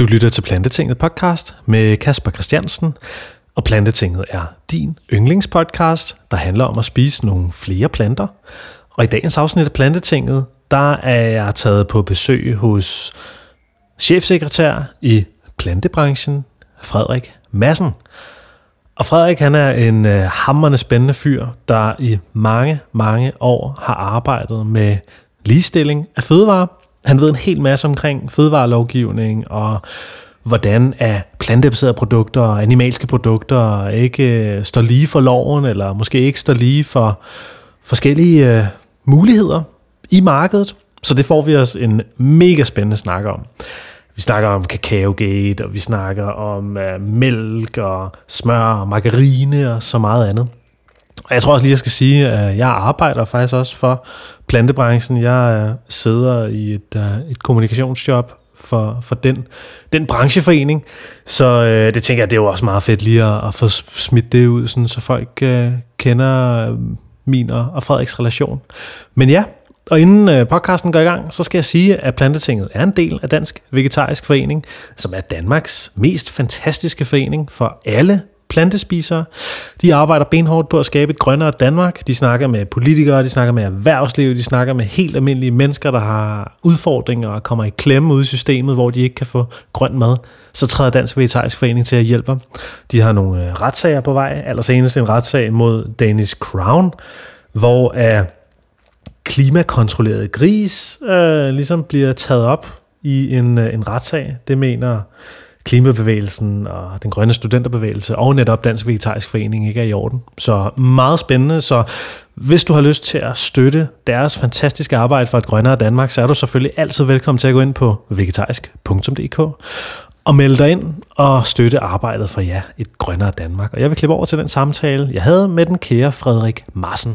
Du lytter til Plantetinget podcast med Kasper Christiansen, og Plantetinget er din yndlingspodcast, der handler om at spise nogle flere planter. Og i dagens afsnit af Plantetinget, der er jeg taget på besøg hos chefsekretær i plantebranchen, Frederik Madsen. Og Frederik, han er en hamrende spændende fyr, der i mange år har arbejdet med ligestilling af fødevarer. Han ved en hel masse omkring fødevarelovgivning og hvordan plantebaserede produkter og animalske produkter ikke står lige for loven, eller måske ikke står lige for forskellige muligheder i markedet. Så det får vi os en mega spændende snak om. Vi snakker om kakaogate, og vi snakker om mælk og smør og margarine og så meget andet. Og jeg tror også lige, jeg skal sige, at jeg arbejder faktisk også for plantebranchen. Jeg sidder i et kommunikationsjob for den brancheforening. Så det tænker jeg, det er jo også meget fedt lige at få smidt det ud, sådan, så folk kender min og Frederiks relation. Men ja, og inden podcasten går i gang, så skal jeg sige, at Plantetinget er en del af Dansk Vegetarisk Forening, som er Danmarks mest fantastiske forening for alle plantespisere. De arbejder benhårdt på at skabe et grønnere Danmark. De snakker med politikere, de snakker med erhvervsliv, de snakker med helt almindelige mennesker, der har udfordringer og kommer i klemme ude i systemet, hvor de ikke kan få grøn mad. Så træder Dansk Vegetarisk Forening til at hjælpe dem. De har nogle retssager på vej, allersenest en retssag mod Danish Crown, hvor klimakontrolleret gris ligesom bliver taget op i en retssag. Det mener klimabevægelsen og den grønne studenterbevægelse og netop Dansk Vegetarisk Forening ikke er i orden. Så meget spændende. Så hvis du har lyst til at støtte deres fantastiske arbejde for et grønnere Danmark, så er du selvfølgelig altid velkommen til at gå ind på vegetarisk.dk og melde dig ind og støtte arbejdet for et grønnere Danmark. Og jeg vil klippe over til den samtale, jeg havde med den kære Frederik Madsen.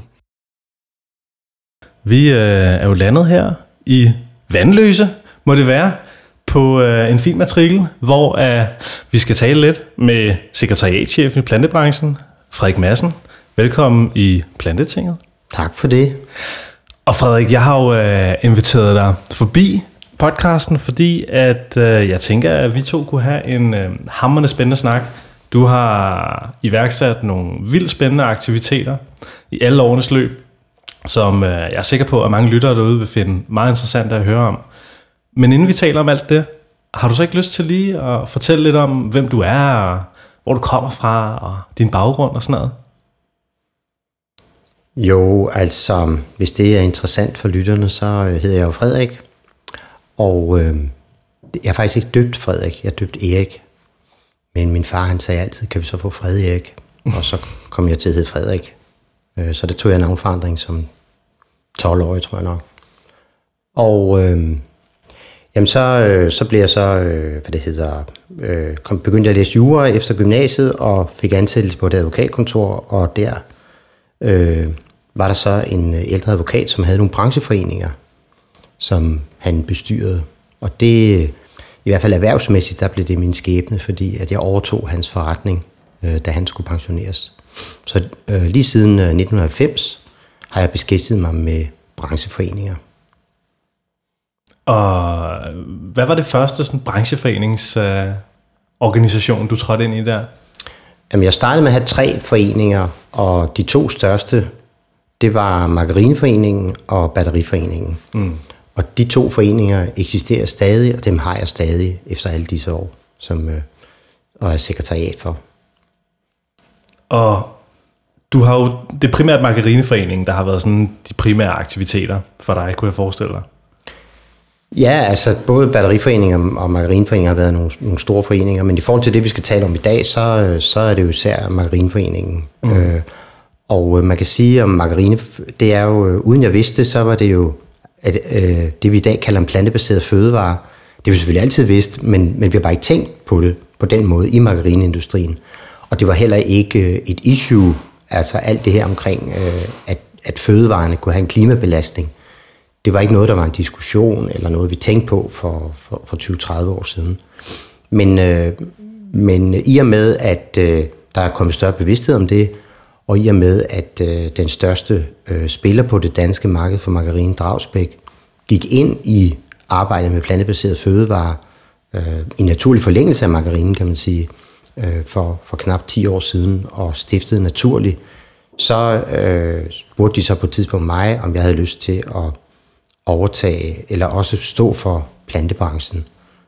Vi er jo landet her i Vanløse, må det være, på en fin matrikel, hvor vi skal tale lidt med sekretariatschefen i plantebranchen, Frederik Madsen. Velkommen i Plantetinget. Tak for det. Og Frederik, jeg har jo inviteret dig forbi podcasten, fordi at jeg tænker, at vi to kunne have en hamrende spændende snak. Du har iværksat nogle vildt spændende aktiviteter i alle årenes løb, som jeg er sikker på, at mange lyttere derude vil finde meget interessant at høre om. Men inden vi taler om alt det, har du så ikke lyst til lige at fortælle lidt om, hvem du er, og hvor du kommer fra, og din baggrund og sådan noget? Jo, altså, hvis det er interessant for lytterne, så hedder jeg jo Frederik. Og jeg er faktisk ikke døbt Frederik, jeg er døbt Erik. Men min far, han sagde altid, kan vi så få Frederik? Og så kom jeg til at hedde Frederik. Så det tog jeg en navnforandring som 12-årig, tror jeg nok. Og jamen så blev jeg begyndte at læse jura efter gymnasiet og fik ansættelse på et advokatkontor, og der var der så en ældre advokat, som havde nogle brancheforeninger, som han bestyrede. Og det, i hvert fald erhvervsmæssigt, der blev det min skæbne, fordi at jeg overtog hans forretning, da han skulle pensioneres. Så lige siden 1990 har jeg beskæftiget mig med brancheforeninger. Og hvad var det første sådan brancheforeningsorganisation, du trådte ind i der? Jamen, jeg startede med at have 3 foreninger, og de 2 største, det var Margarineforeningen og Batteriforeningen. Mm. Og de 2 foreninger eksisterer stadig, og dem har jeg stadig efter alle disse år, og er sekretariat for. Og du har jo det primært Margarineforeningen, der har været sådan de primære aktiviteter for dig, kunne jeg forestille dig. Ja, altså både Batteriforeningen og Margarineforeningen har været nogle store foreninger, men i forhold til det, vi skal tale om i dag, så er det jo især Margarineforeningen. Mm. Og man kan sige om margarine, det er jo, uden jeg vidste det, så var det jo det, vi i dag kalder en plantebaseret fødevare. Det har vi selvfølgelig altid vidst, men vi har bare ikke tænkt på det på den måde i margarineindustrien. Og det var heller ikke et issue, altså alt det her omkring, at fødevarene kunne have en klimabelastning. Det var ikke noget, der var en diskussion, eller noget, vi tænkte på for 20-30 år siden. Men i og med, at der er kommet større bevidsthed om det, og i og med, at den største spiller på det danske marked for margarine, Dragsbæk, gik ind i arbejdet med plantebaseret fødevarer i naturlig forlængelse af margarinen, kan man sige, for knap 10 år siden, og stiftede Naturlig, så spurgte de så på et tidspunkt mig, om jeg havde lyst til at overtage, eller også stå for plantebranchen.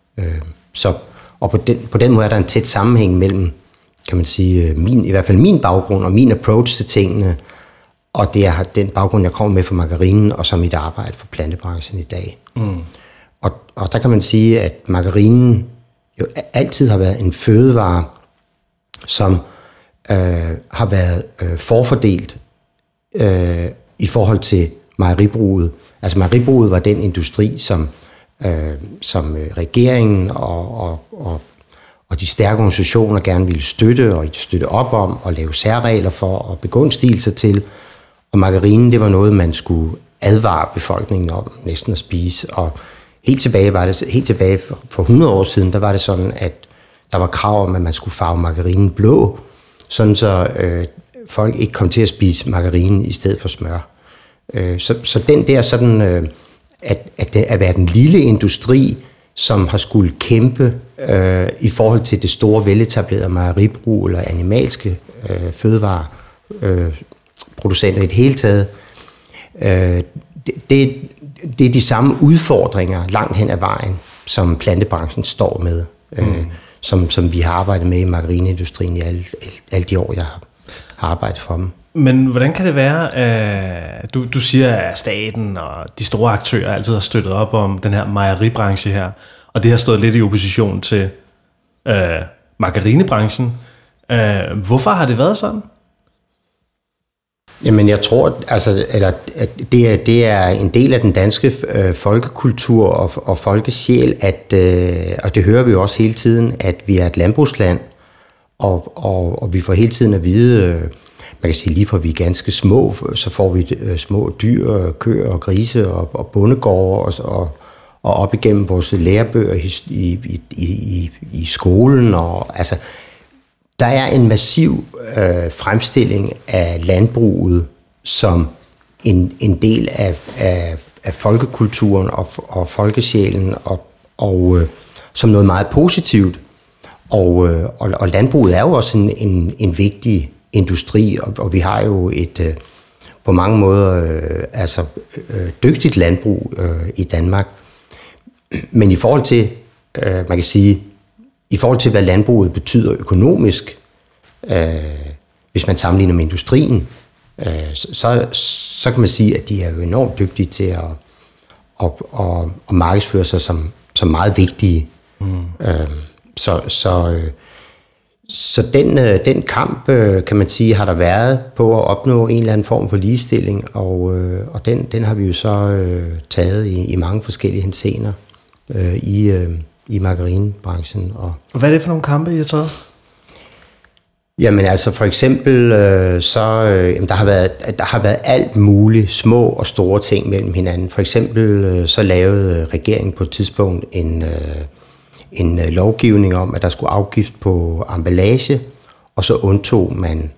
Og på den måde er der en tæt sammenhæng mellem, kan man sige, i hvert fald min baggrund og min approach til tingene, og det er den baggrund, jeg kommer med for margarinen, og så mit arbejde for plantebranchen i dag. Og der kan man sige, at margarinen jo altid har været en fødevare, som har været forfordelt i forhold til mejeribruget. Altså mejeribruget var den industri, som regeringen og de stærke organisationer gerne ville støtte op om og lave særregler for og begunstige sig til. Og margarinen, det var noget, man skulle advare befolkningen om næsten at spise. Og helt tilbage for 100 år siden, der var det sådan, at der var krav om, at man skulle farve margarinen blå, sådan så folk ikke kom til at spise margarinen i stedet for smør. Så den der sådan, at være den lille industri, som har skulle kæmpe i forhold til det store veletablerede mejeribrug eller animalske fødevareproducenter i det hele taget, det er de samme udfordringer langt hen ad vejen, som plantebranchen står med, som vi har arbejdet med i margarineindustrien i alle de år, jeg har arbejdet for dem. Men hvordan kan det være, at du siger, at staten og de store aktører altid har støttet op om den her mejeribranche her, og det har stået lidt i opposition til margarinebranchen. Hvorfor har det været sådan? Jamen jeg tror, at det er en del af den danske folkekultur og folkesjæl, og det hører vi jo også hele tiden, at vi er et landbrugsland, og vi får hele tiden at vide, man kan sige lige fra vi er ganske små, så får vi små dyr, køer og grise og bondegårde og op igennem vores lærebøger i skolen. Og, altså, der er en massiv fremstilling af landbruget som en del af folkekulturen og folkesjælen og som noget meget positivt. Og landbruget er jo også en vigtig industri, og vi har jo et på mange måder dygtigt landbrug i Danmark. Men i forhold til, man kan sige, i forhold til hvad landbruget betyder økonomisk, hvis man sammenligner med industrien, så kan man sige, at de er jo enormt dygtige til at markedsføre sig som meget vigtige. Så den kamp, kan man sige, har der været på at opnå en eller anden form for ligestilling, og den har vi jo så taget i mange forskellige henseender i margarinebranchen. Og hvad er det for nogle kampe, I har taget? Jamen altså for eksempel, der har været alt muligt, små og store ting mellem hinanden. For eksempel så lavede regeringen på et tidspunkt en lovgivning om, at der skulle afgift på emballage, og så undtog man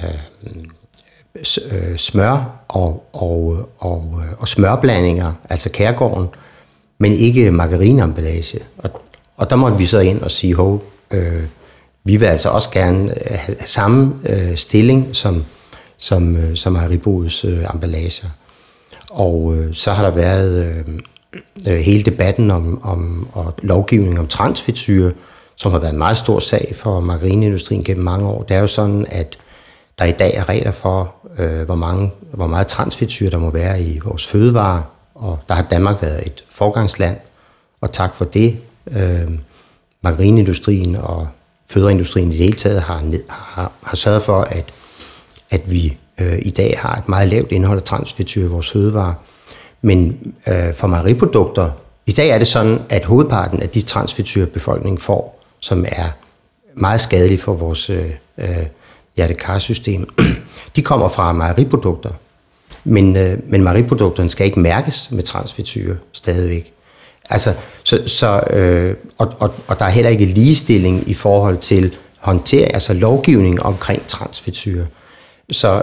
smør og smørblandinger, altså Kærgården, men ikke margarineemballage. Og der måtte vi så ind og sige, vi vil altså også gerne have samme stilling som mejeribrugets emballager. Og så har der været hele debatten om lovgivning om transfedtsyre, som har været en meget stor sag for margarineindustrien gennem mange år. Det er jo sådan, at der i dag er regler for, hvor meget transfedtsyre der må være i vores fødevarer, og der har Danmark været et forgangsland, og tak for det. Margarineindustrien og fødevareindustrien i det hele taget har sørget for, at vi i dag har et meget lavt indhold af transfedtsyre i vores fødevarer. Men for mejeriprodukter, i dag er det sådan, at hovedparten af de transfedtsyre, befolkningen får, som er meget skadelige for vores hjerte-kar-system, de kommer fra mejeriprodukter. Men mejeriprodukterne skal ikke mærkes med transfedtsyre stadigvæk. Altså, og der er heller ikke ligestilling i forhold til håndtering, altså lovgivning omkring transfedtsyre. Så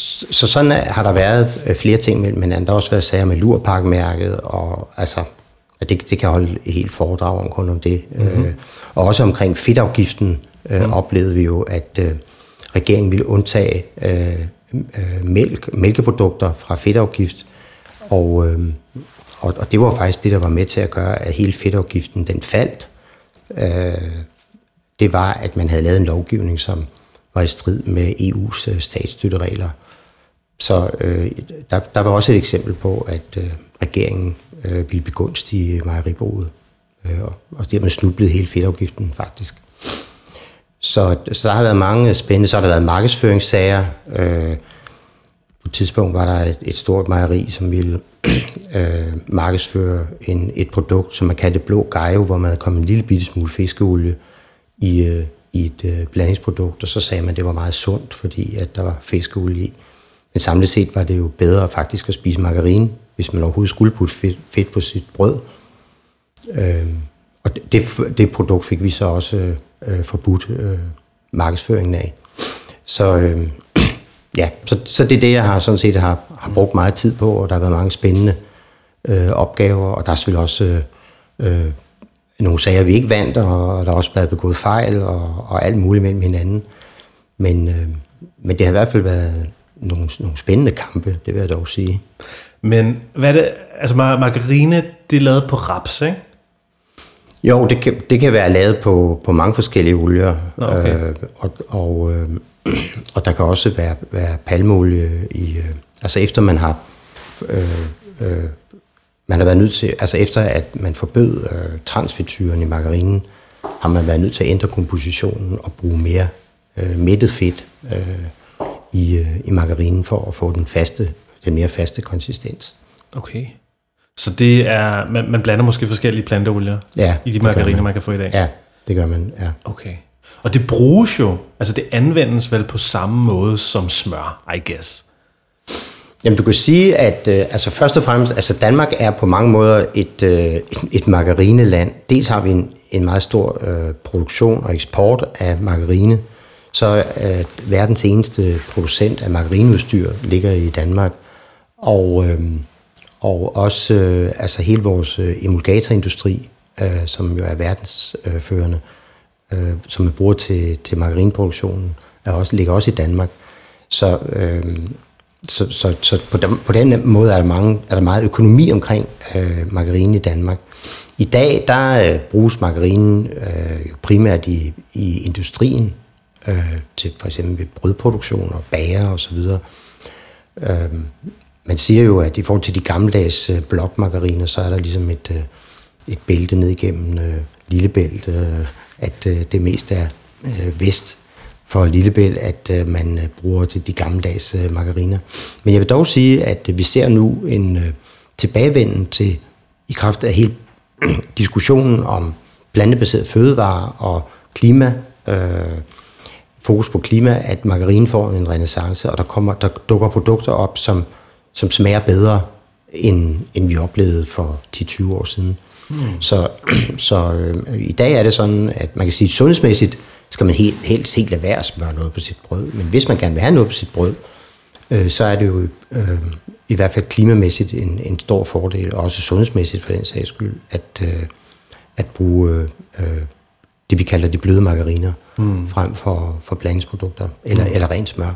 sådan har der været flere ting mellem hinanden. Der har også været sager med Lurpak-mærket, og altså Det kan holde et helt foredrag om kun om det. Og også omkring fedtafgiften oplevede vi jo, at regeringen ville undtage mælkeprodukter fra fedtafgift, og det var faktisk det, der var med til at gøre, at hele fedtafgiften den faldt. Det var, at man havde lavet en lovgivning, som var i strid med EU's statsstøtteregler. Så der var også et eksempel på, at regeringen ville begunstige mejeribruget, og dermed snublede hele fedtafgiften faktisk. Så der har været mange spændende, så har der været markedsføringssager. På et tidspunkt var der et stort mejeri, som ville markedsføre et produkt, som man kaldte blå gajo, hvor man havde kommet en lille bitte smule fiskeolie i et blandingsprodukt, og så sagde man, at det var meget sundt, fordi at der var fiskeolie i. Men samlet set var det jo bedre faktisk at spise margarine, hvis man overhovedet skulle putte fedt på sit brød. Og det produkt fik vi så også forbudt markedsføringen af. Så så det er det, jeg har sådan set har brugt meget tid på, og der har været mange spændende opgaver, og der er selvfølgelig også nogle sager, vi ikke vandt, og der er også blevet begået fejl, og alt muligt mellem hinanden. Men det har i hvert fald været nogle spændende kampe, det vil jeg dog sige. Men hvad er det, altså margarine, det er lavet på raps, ikke? Jo, det kan være lavet på mange forskellige olier, okay. Og der kan også være palmeolie i, altså efter man har man har været nødt til, altså efter at man forbød transfedtsyren i margarinen, har man været nødt til at ændre kompositionen og bruge mere mættet fedt i margarinen for at få den mere faste konsistens. Okay. Så det er, man blander måske forskellige planteolier i de margariner, man kan få i dag? Ja, det gør man, ja. Okay. Og det bruges jo, altså det anvendes vel på samme måde som smør, I guess? Jamen du kan sige, at altså først og fremmest, altså Danmark er på mange måder et margarineland. Dels har vi en meget stor produktion og eksport af margarine, så verdens eneste producent af margarineudstyr ligger i Danmark. Og også altså hele vores emulgatorindustri, som jo er verdensførende, som man bruger til margarineproduktionen, ligger også i Danmark. Så på den måde er der meget økonomi omkring margarine i Danmark. I dag der bruges margarinen primært i industrien, til for eksempel ved brødproduktion og bager og så videre. Man siger jo, at i forhold til de gammeldags blokmargariner, så er der ligesom et bælte ned igennem Lillebælt, at det mest er vest for Lillebælt, at man bruger til de gammeldags margariner. Men jeg vil dog sige, at vi ser nu en tilbagevenden til, i kraft af hele diskussionen om plantebaseret fødevarer og klima, fokus på klima, at margarine får en renæssance, og der dukker produkter op, som smager bedre, end vi oplevede for 10-20 år siden. Så i dag er det sådan, at man kan sige, sundhedsmæssigt skal man helst helt lade være at smøre noget på sit brød. Men hvis man gerne vil have noget på sit brød, så er det jo i hvert fald klimamæssigt en stor fordel, og også sundhedsmæssigt for den sags skyld, at bruge det, vi kalder de bløde margariner, frem for blandingsprodukter eller rent smør.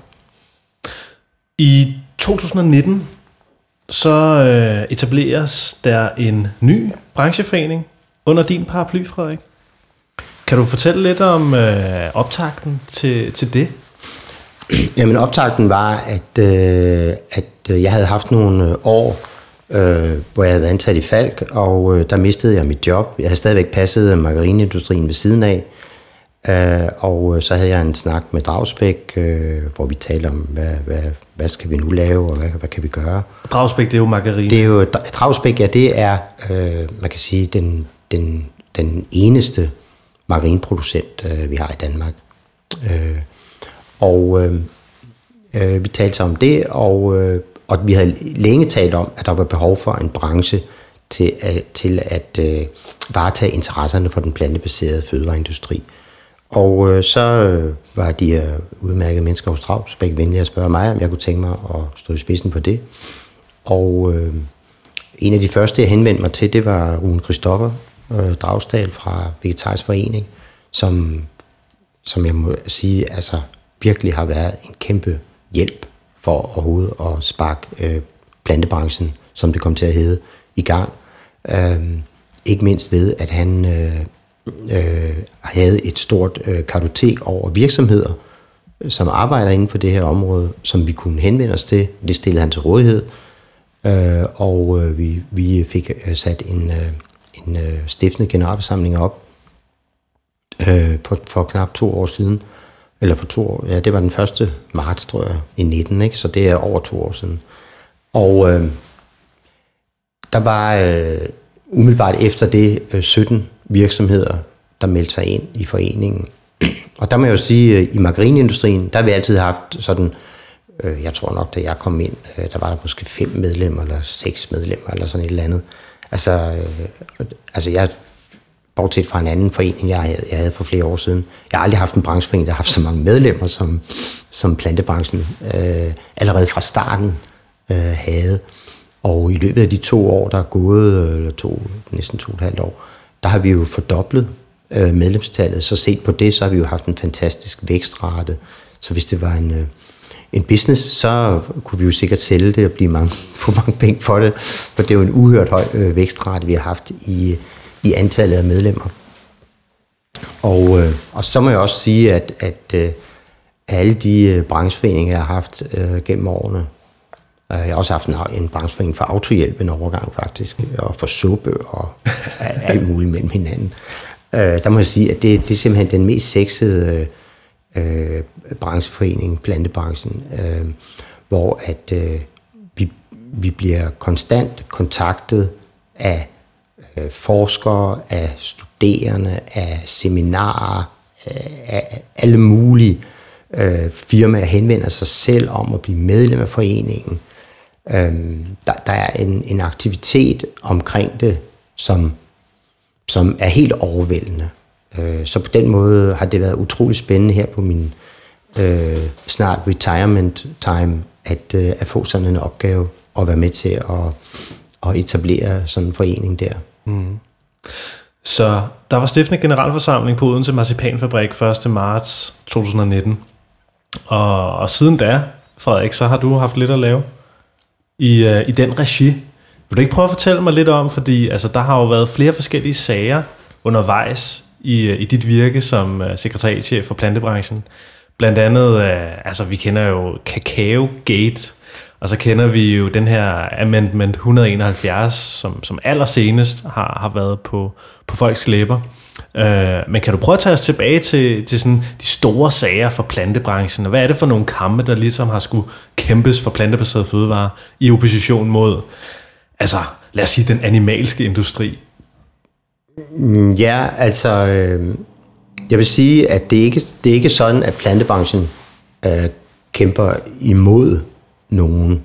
I 2019 så etableres der en ny brancheforening under din paraply, Frederik. Kan du fortælle lidt om optakten til det? Jamen optakten var, at jeg havde haft nogle år, hvor jeg havde været ansat i Falck, og der mistede jeg mit job. Jeg havde stadigvæk passet margarineindustrien ved siden af, og så havde jeg en snak med Dragsbæk, hvor vi talte om, hvad skal vi nu lave, og hvad kan vi gøre. Dragsbæk, det er jo margarine. Det er jo, Dragsbæk, ja, det er, man kan sige, den eneste margarineproducent, vi har i Danmark. Vi talte så om det, og vi havde længe talt om, at der var behov for en branche til at varetage interesserne for den plantebaserede fødevareindustri. Og så var de udmærkede mennesker hos Dragsbæk venlige at spørge mig, om jeg kunne tænke mig at stå i spidsen på det. Og En af de første, jeg henvendte mig til, det var Rune Christoffer Dragsdal fra Vegetarisk Forening, som jeg må sige, altså virkelig har været en kæmpe hjælp for overhovedet at sparke plantebranchen, som det kom til at hedde, i gang. Ikke mindst ved, at han havde et stort kartotek over virksomheder, som arbejder inden for det her område, som vi kunne henvende os til. Det stillede han til rådighed, og vi fik sat en stiftende generalforsamling op for knap 2 år siden, eller for 2 år, ja, det var den 1. marts, tror jeg, i 19, ikke? Så det er over 2 år siden. Og der var umiddelbart efter det 17 virksomheder, der meldte sig ind i foreningen. Og der må jeg jo sige, at i margarineindustrien, der har vi altid haft sådan, jeg tror nok, da jeg kom ind, der var der måske 5 medlemmer, eller 6 medlemmer, eller sådan et eller andet. Altså jeg, bortset fra en anden forening, jeg havde for flere år siden, jeg har aldrig haft en brancheforening, der har haft så mange medlemmer, som plantebranchen allerede fra starten havde. Og i løbet af de 2 år, der er gået, eller næsten 2,5 år, der har vi jo fordoblet medlemstallet. Så set på det, så har vi jo haft en fantastisk vækstrate. Så hvis det var en business, så kunne vi jo sikkert sælge det og få mange penge for det. For det er jo en uhørt høj vækstrate, vi har haft i antallet af medlemmer. Og så må jeg også sige, at alle de brancheforeninger, jeg har haft gennem årene, jeg har også haft en brancheforening for autohjælp en overgang faktisk, og for suppe og alt muligt mellem hinanden. Der må jeg sige, at det er simpelthen den mest sexede brancheforening, plantebranchen, hvor at vi bliver konstant kontaktet af forskere, af studerende, af seminarer, af alle mulige firmaer henvender sig selv om at blive medlem af foreningen. Der er en aktivitet omkring det, som er helt overvældende. Så på den måde har det været utrolig spændende her på min snart retirement time, at få sådan en opgave og være med til at etablere sådan en forening der. Mm. Så der var stiftende generalforsamling på Odense Marcipanfabrik 1. marts 2019. Og siden da, Frederik, så har du haft lidt at lave i den regi. Vil du ikke prøve at fortælle mig lidt om, fordi altså, der har jo været flere forskellige sager undervejs i dit virke som sekretariatschef for plantebranchen. Blandt andet, altså vi kender jo Cacao Gate, og så kender vi jo den her Amendment 171, som allersenest har været på folks læber. Men kan du prøve at tage os tilbage til sådan de store sager for plantebranchen, og hvad er det for nogle kampe, der ligesom har skulle kæmpes for plantebaserede fødevarer i opposition mod, altså lad os sige, den animalske industri? Ja, altså jeg vil sige, at det er ikke sådan, at plantebranchen kæmper imod nogen.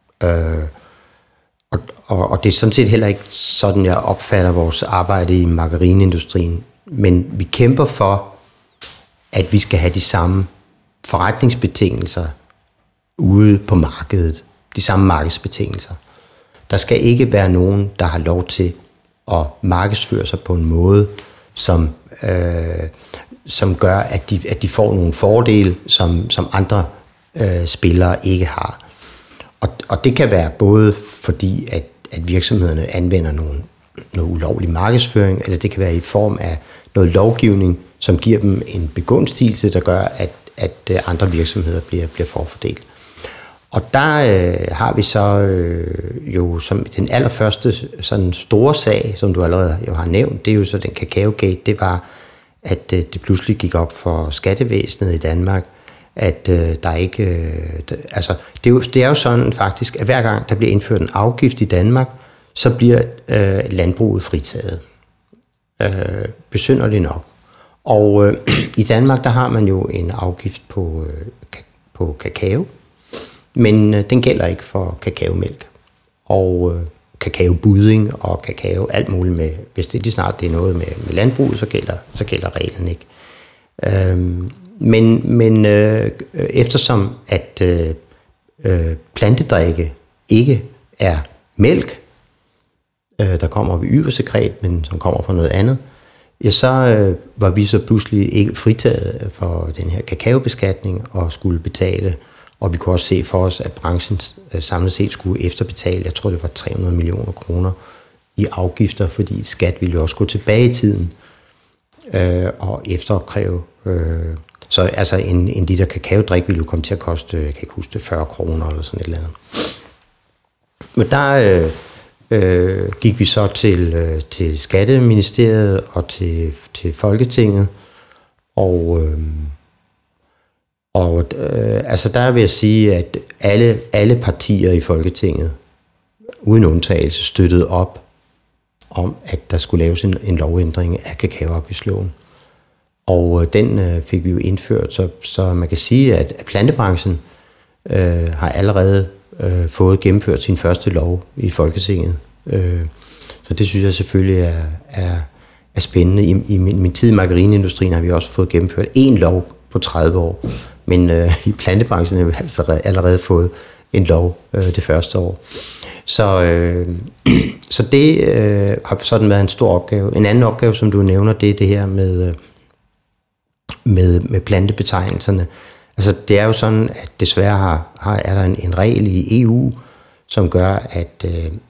Og det er sådan set heller ikke sådan, jeg opfatter vores arbejde i margarineindustrien. Men vi kæmper for, at vi skal have de samme forretningsbetingelser ude på markedet. De samme markedsbetingelser. Der skal ikke være nogen, der har lov til at markedsføre sig på en måde, som gør, at de får nogle fordele, som andre spillere ikke har. Og det kan være både fordi, at virksomhederne anvender noget ulovlig markedsføring, eller det kan være i form af noget lovgivning, som giver dem en begunstigelse, der gør, at andre virksomheder bliver forfordelt. Og der har vi så jo som den allerførste sådan store sag, som du allerede jo har nævnt, det er jo så den Cacao Gate, det var, at det pludselig gik op for skattevæsenet i Danmark, at der ikke... altså, det er jo sådan faktisk, at hver gang der bliver indført en afgift i Danmark, så bliver landbruget fritaget. Besynderligt nok. Og i Danmark, der har man jo en afgift på kakao, men den gælder ikke for kakaomælk. Og kakaobudding og kakao, alt muligt med... Hvis det er snart det er noget med landbruget, så gælder reglen ikke. Men eftersom at plantedrikke ikke er mælk, der kommer ved yversekret, men som kommer fra noget andet, ja, så var vi så pludselig ikke fritaget for den her kakaobeskatning og skulle betale, og vi kunne også se for os, at branchen samlet set skulle efterbetale, jeg tror det var 300 millioner kroner i afgifter, fordi skat ville jo også gå tilbage i tiden og efteropkræve. Så altså en liter kakaodrik ville jo komme til at koste, jeg kan ikke huske det, 40 kroner eller sådan et eller andet. Men der gik vi så til Skatteministeriet og til Folketinget, og altså der vil jeg sige, at alle partier i Folketinget, uden undtagelse, støttede op om, at der skulle laves en lovændring af kakaoafgiftsloven. Og den fik vi jo indført, så man kan sige, at plantebranchen har allerede fået gennemført sin første lov i Folketinget. Så det synes jeg selvfølgelig er spændende. I min tid i margarineindustrien har vi også fået gennemført en lov på 30 år, men i plantebranchen har vi altså allerede fået en lov det første år. Så det har sådan været en stor opgave. En anden opgave, som du nævner, det er det her med plantebetegnelserne. Altså det er jo sådan, at desværre er der en regel i EU, som gør, at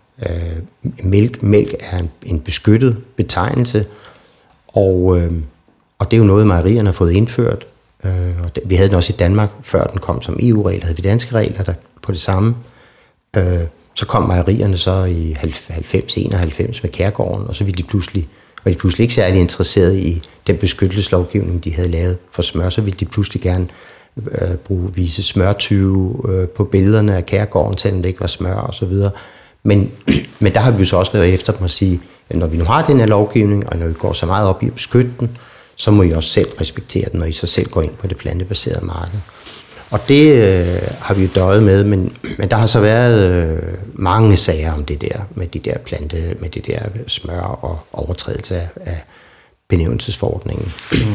mælk er en beskyttet betegnelse, og det er jo noget, mejerierne har fået indført. Vi havde den også i Danmark, før den kom som EU-regel, havde vi danske regler der på det samme. Så kom mejerierne så i 90-91 med Kærgården, og så var de pludselig ikke særlig interesserede i den beskyttelseslovgivning, de havde lavet for smør, så ville de pludselig gerne vise smørtyve på billederne af Kærgården, selvom det ikke var smør og så videre. Men der har vi jo så også været efter dem at sige, at når vi nu har den her lovgivning, og når vi går så meget op i at beskytte den, så må I også selv respektere den, når I så selv går ind på det plantebaserede marked. Og det har vi jo døjet med, men der har så været mange sager om det der, med det der smør og overtrædelse af benævnelsesforordningen.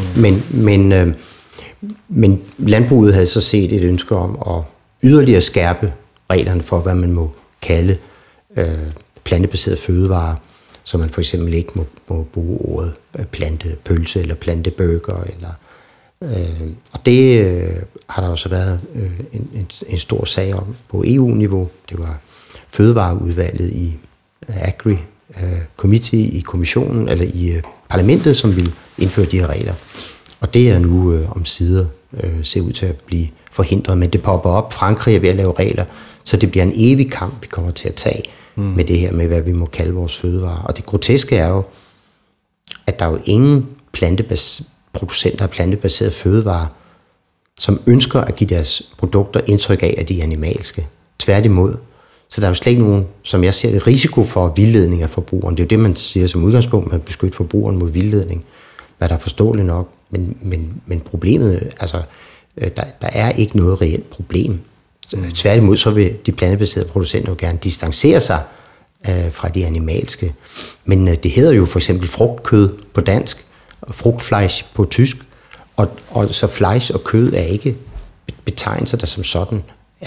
Men landbruget havde så set et ønske om at yderligere skærpe reglerne for, hvad man må kalde plantebaserede fødevarer, så man for eksempel ikke må bruge ordet plantepølse eller planteburger. Og det har der også været en stor sag om på EU-niveau. Det var Fødevareudvalget i Agri Committee i kommissionen, eller i parlamentet, som ville indføre de her regler. Og det er nu omsider ser ud til at blive forhindret, men det popper op. Frankrig er ved at lave regler, så det bliver en evig kamp, vi kommer til at tage med det her med, hvad vi må kalde vores fødevarer. Og det groteske er jo, at der er jo ingen producenter af plantebaserede fødevarer, som ønsker at give deres produkter indtryk af, at de er animalske. Tværtimod. Så der er jo slet ikke nogen, som jeg ser det, risiko for vildledning af forbrugeren. Det er jo det, man siger som udgangspunkt, at beskytte forbrugeren mod vildledning, hvad der er forståeligt nok. Men problemet, altså, der er ikke noget reelt problem. Tværtimod, så vil de plantebaserede producenter jo gerne distancere sig fra de animalske. Men det hedder jo for eksempel frugtkød på dansk, og frugtfleisch på tysk, og så fleisch og kød er ikke betegnelser, der som sådan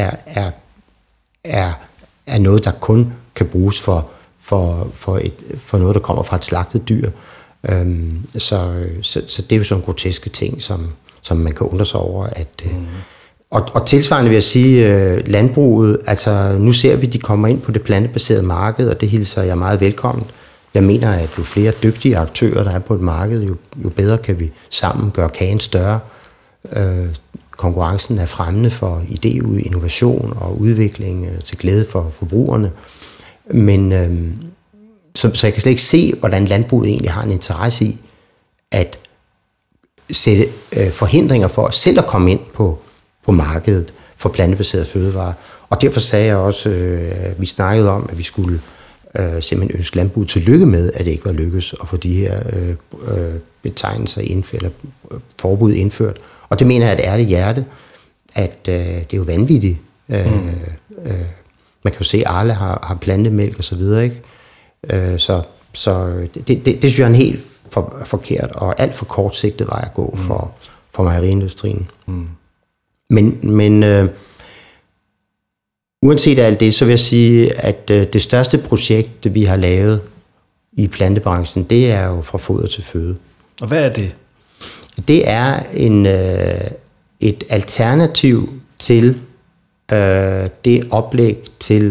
er noget, der kun kan bruges for noget, der kommer fra et slagtet dyr. Så det er jo sådan groteske ting, som man kan undre sig over. Og tilsvarende vil jeg sige, landbruget, altså nu ser vi, de kommer ind på det plantebaserede marked, og det hilser jeg meget velkommen. Jeg mener, at jo flere dygtige aktører, der er på et marked, jo bedre kan vi sammen gøre kagen større. Konkurrencen er fremmende for idé, innovation og udvikling til glæde for forbrugerne. Men så jeg kan slet ikke se, hvordan landbruget egentlig har en interesse i at sætte forhindringer for selv at komme ind på markedet for plantebaserede fødevarer. Og derfor sagde jeg også, at vi snakkede om, at vi skulle simpelthen ønske landbruget til lykke med, at det ikke var lykkes at få de her betegnelser eller forbud indført. Og det mener jeg, at det er det hjerte, at det er jo vanvittigt. Man kan jo se, at Arla har plantemælk og så videre, ikke? Så det synes jeg er en helt forkert og alt for kortsigtet vej at gå for mejeriindustrien. Men uanset alt det, så vil jeg sige, at det største projekt, vi har lavet i plantebranchen, det er jo fra foder til føde. Og hvad er det? Det er et alternativ til det oplæg til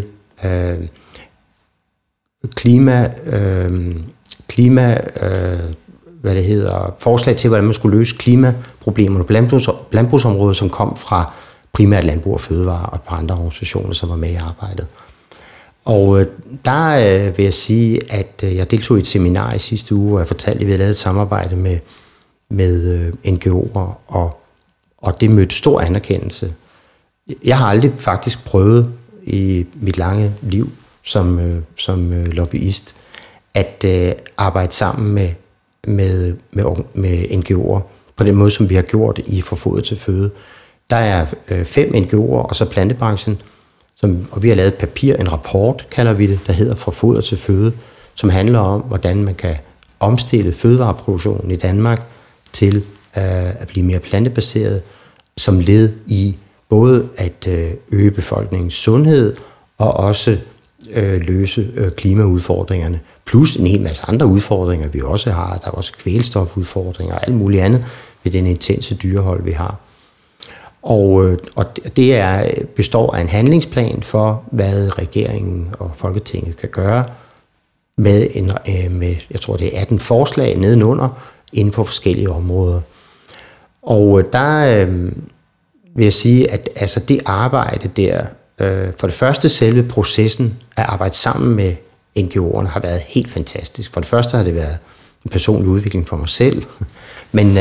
forslag til, hvordan man skulle løse klimaproblemerne på landbrugsområdet, som kom fra primært Landbrug og Fødevare og et par andre organisationer, som var med i arbejdet. Og der vil jeg sige, at jeg deltog i et seminar i sidste uge, hvor jeg fortalte, at vi havde lavet et samarbejde med NGO'er, og det mødte stor anerkendelse. Jeg har aldrig faktisk prøvet i mit lange liv som lobbyist at arbejde sammen med NGO'er på den måde, som vi har gjort i Fra Foder til Føde. Der er 5 NGO'er, og så plantebranchen, og vi har lavet et papir, en rapport, kalder vi det, der hedder Fra Foder til Føde, som handler om, hvordan man kan omstille fødevareproduktionen i Danmark til at blive mere plantebaseret, som led i både at øge befolkningens sundhed og også løse klimaudfordringerne. Plus en hel masse andre udfordringer, vi også har. Der er også kvælstofudfordringer og alt muligt andet ved den intense dyrehold, vi har. Og det består af en handlingsplan for, hvad regeringen og Folketinget kan gøre med jeg tror det er 18 forslag nedenunder inden for forskellige områder. Og der vil jeg sige, at altså det arbejde der, for det første selve processen at arbejde sammen med NGO'erne har været helt fantastisk. For det første har det været en personlig udvikling for mig selv, men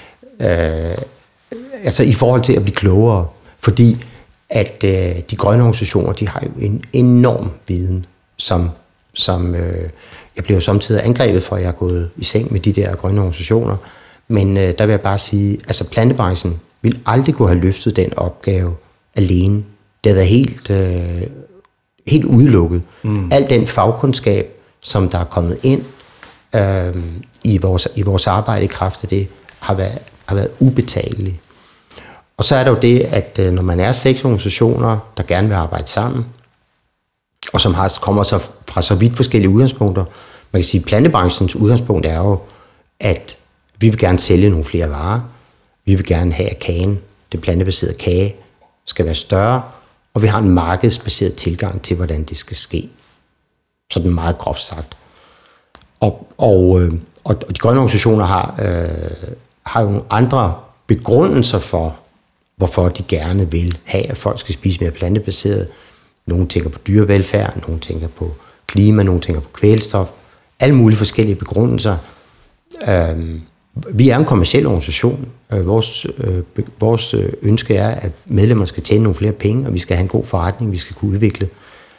altså i forhold til at blive klogere, fordi at de grønne organisationer, de har jo en enorm viden, som jeg bliver jo samtidig angrebet for, at jeg er gået i seng med de der grønne organisationer, men der vil jeg bare sige, altså plantebranchen vil aldrig kunne have løftet den opgave alene. Det har været helt udelukket. Al den fagkundskab, som der er kommet ind i vores arbejde i kraft af det, har været ubetalelig. Og så er der jo det, at når man er 6 organisationer, der gerne vil arbejde sammen, og som kommer så fra så vidt forskellige udgangspunkter, man kan sige, at plantebranchens udgangspunkt er jo, at vi vil gerne sælge nogle flere varer, vi vil gerne have, at kagen, det plantebaserede kage, skal være større, og vi har en markedsbaseret tilgang til, hvordan det skal ske. Sådan meget groft sagt. Og de grønne organisationer har jo nogle andre begrundelser for, hvorfor de gerne vil have, at folk skal spise mere plantebaseret. Nogle tænker på dyrevelfærd, nogle tænker på klima, nogle tænker på kvælstof. Alle mulige forskellige begrundelser. Vi er en kommerciel organisation. Vores ønske er, at medlemmer skal tjene nogle flere penge, og vi skal have en god forretning, vi skal kunne udvikle.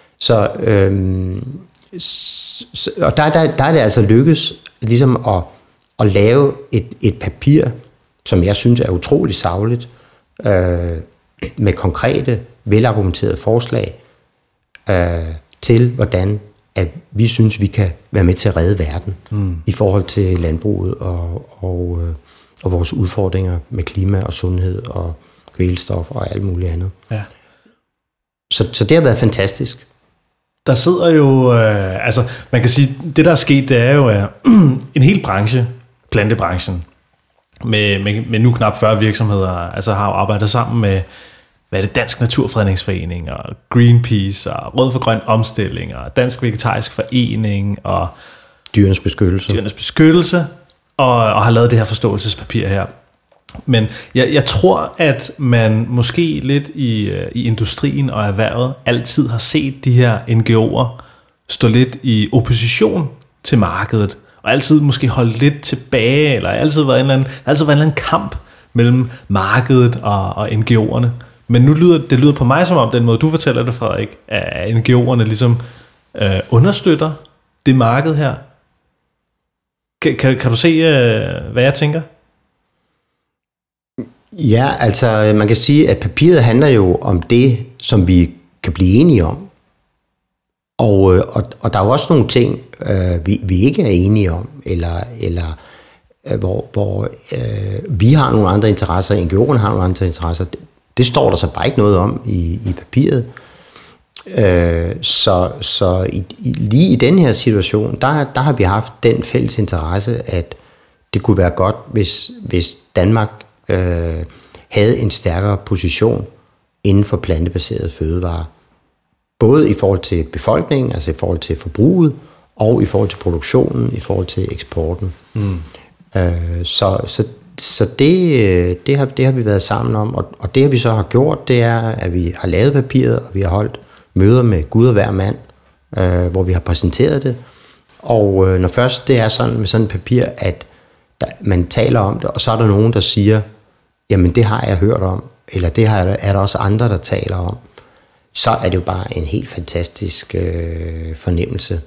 Og der er det altså lykkes ligesom at lave et papir, som jeg synes er utrolig sagligt, med konkrete, velargumenterede forslag til, hvordan at vi synes, vi kan være med til at redde verden i forhold til landbruget og vores udfordringer med klima og sundhed og kvælstof og alt muligt andet. Ja. Så det har været fantastisk. Der sidder jo, altså man kan sige, det der er sket, det er jo en hel branche, plantebranchen, med nu knap 40 virksomheder, altså har jo arbejdet sammen med, hvad er det, Dansk Naturfredningsforening og Greenpeace og Råd for Grøn Omstilling og Dansk Vegetarisk Forening og Dyrenes Beskyttelse og har lavet det her forståelsespapir her. Men jeg tror, at man måske lidt i industrien og erhvervet altid har set de her NGO'er stå lidt i opposition til markedet, og altid måske holdt lidt tilbage, eller altid været en eller anden kamp mellem markedet og NGO'erne. Men nu lyder på mig som om, den måde du fortæller det, Frederik, at NGO'erne ligesom understøtter det marked her. Kan du se, hvad jeg tænker? Ja, altså man kan sige, at papiret handler jo om det, som vi kan blive enige om. Og der er jo også nogle ting, vi ikke er enige om, eller hvor vi har nogle andre interesser, NGO'erne har nogle andre interesser. Det står der så bare ikke noget om i papiret. Lige i den her situation, der har vi haft den fælles interesse, at det kunne være godt, hvis Danmark havde en stærkere position inden for plantebaserede fødevarer. Både i forhold til befolkningen, altså i forhold til forbruget, og i forhold til produktionen, i forhold til eksporten. Så det har vi været sammen om, og det vi så har gjort, det er, at vi har lavet papiret, og vi har holdt møder med Gud og hver mand, hvor vi har præsenteret det. Og når først det er sådan med sådan et papir, at man taler om det, og så er der nogen, der siger, jamen det har jeg hørt om, eller det er der også andre, der taler om, så er det jo bare en helt fantastisk fornemmelse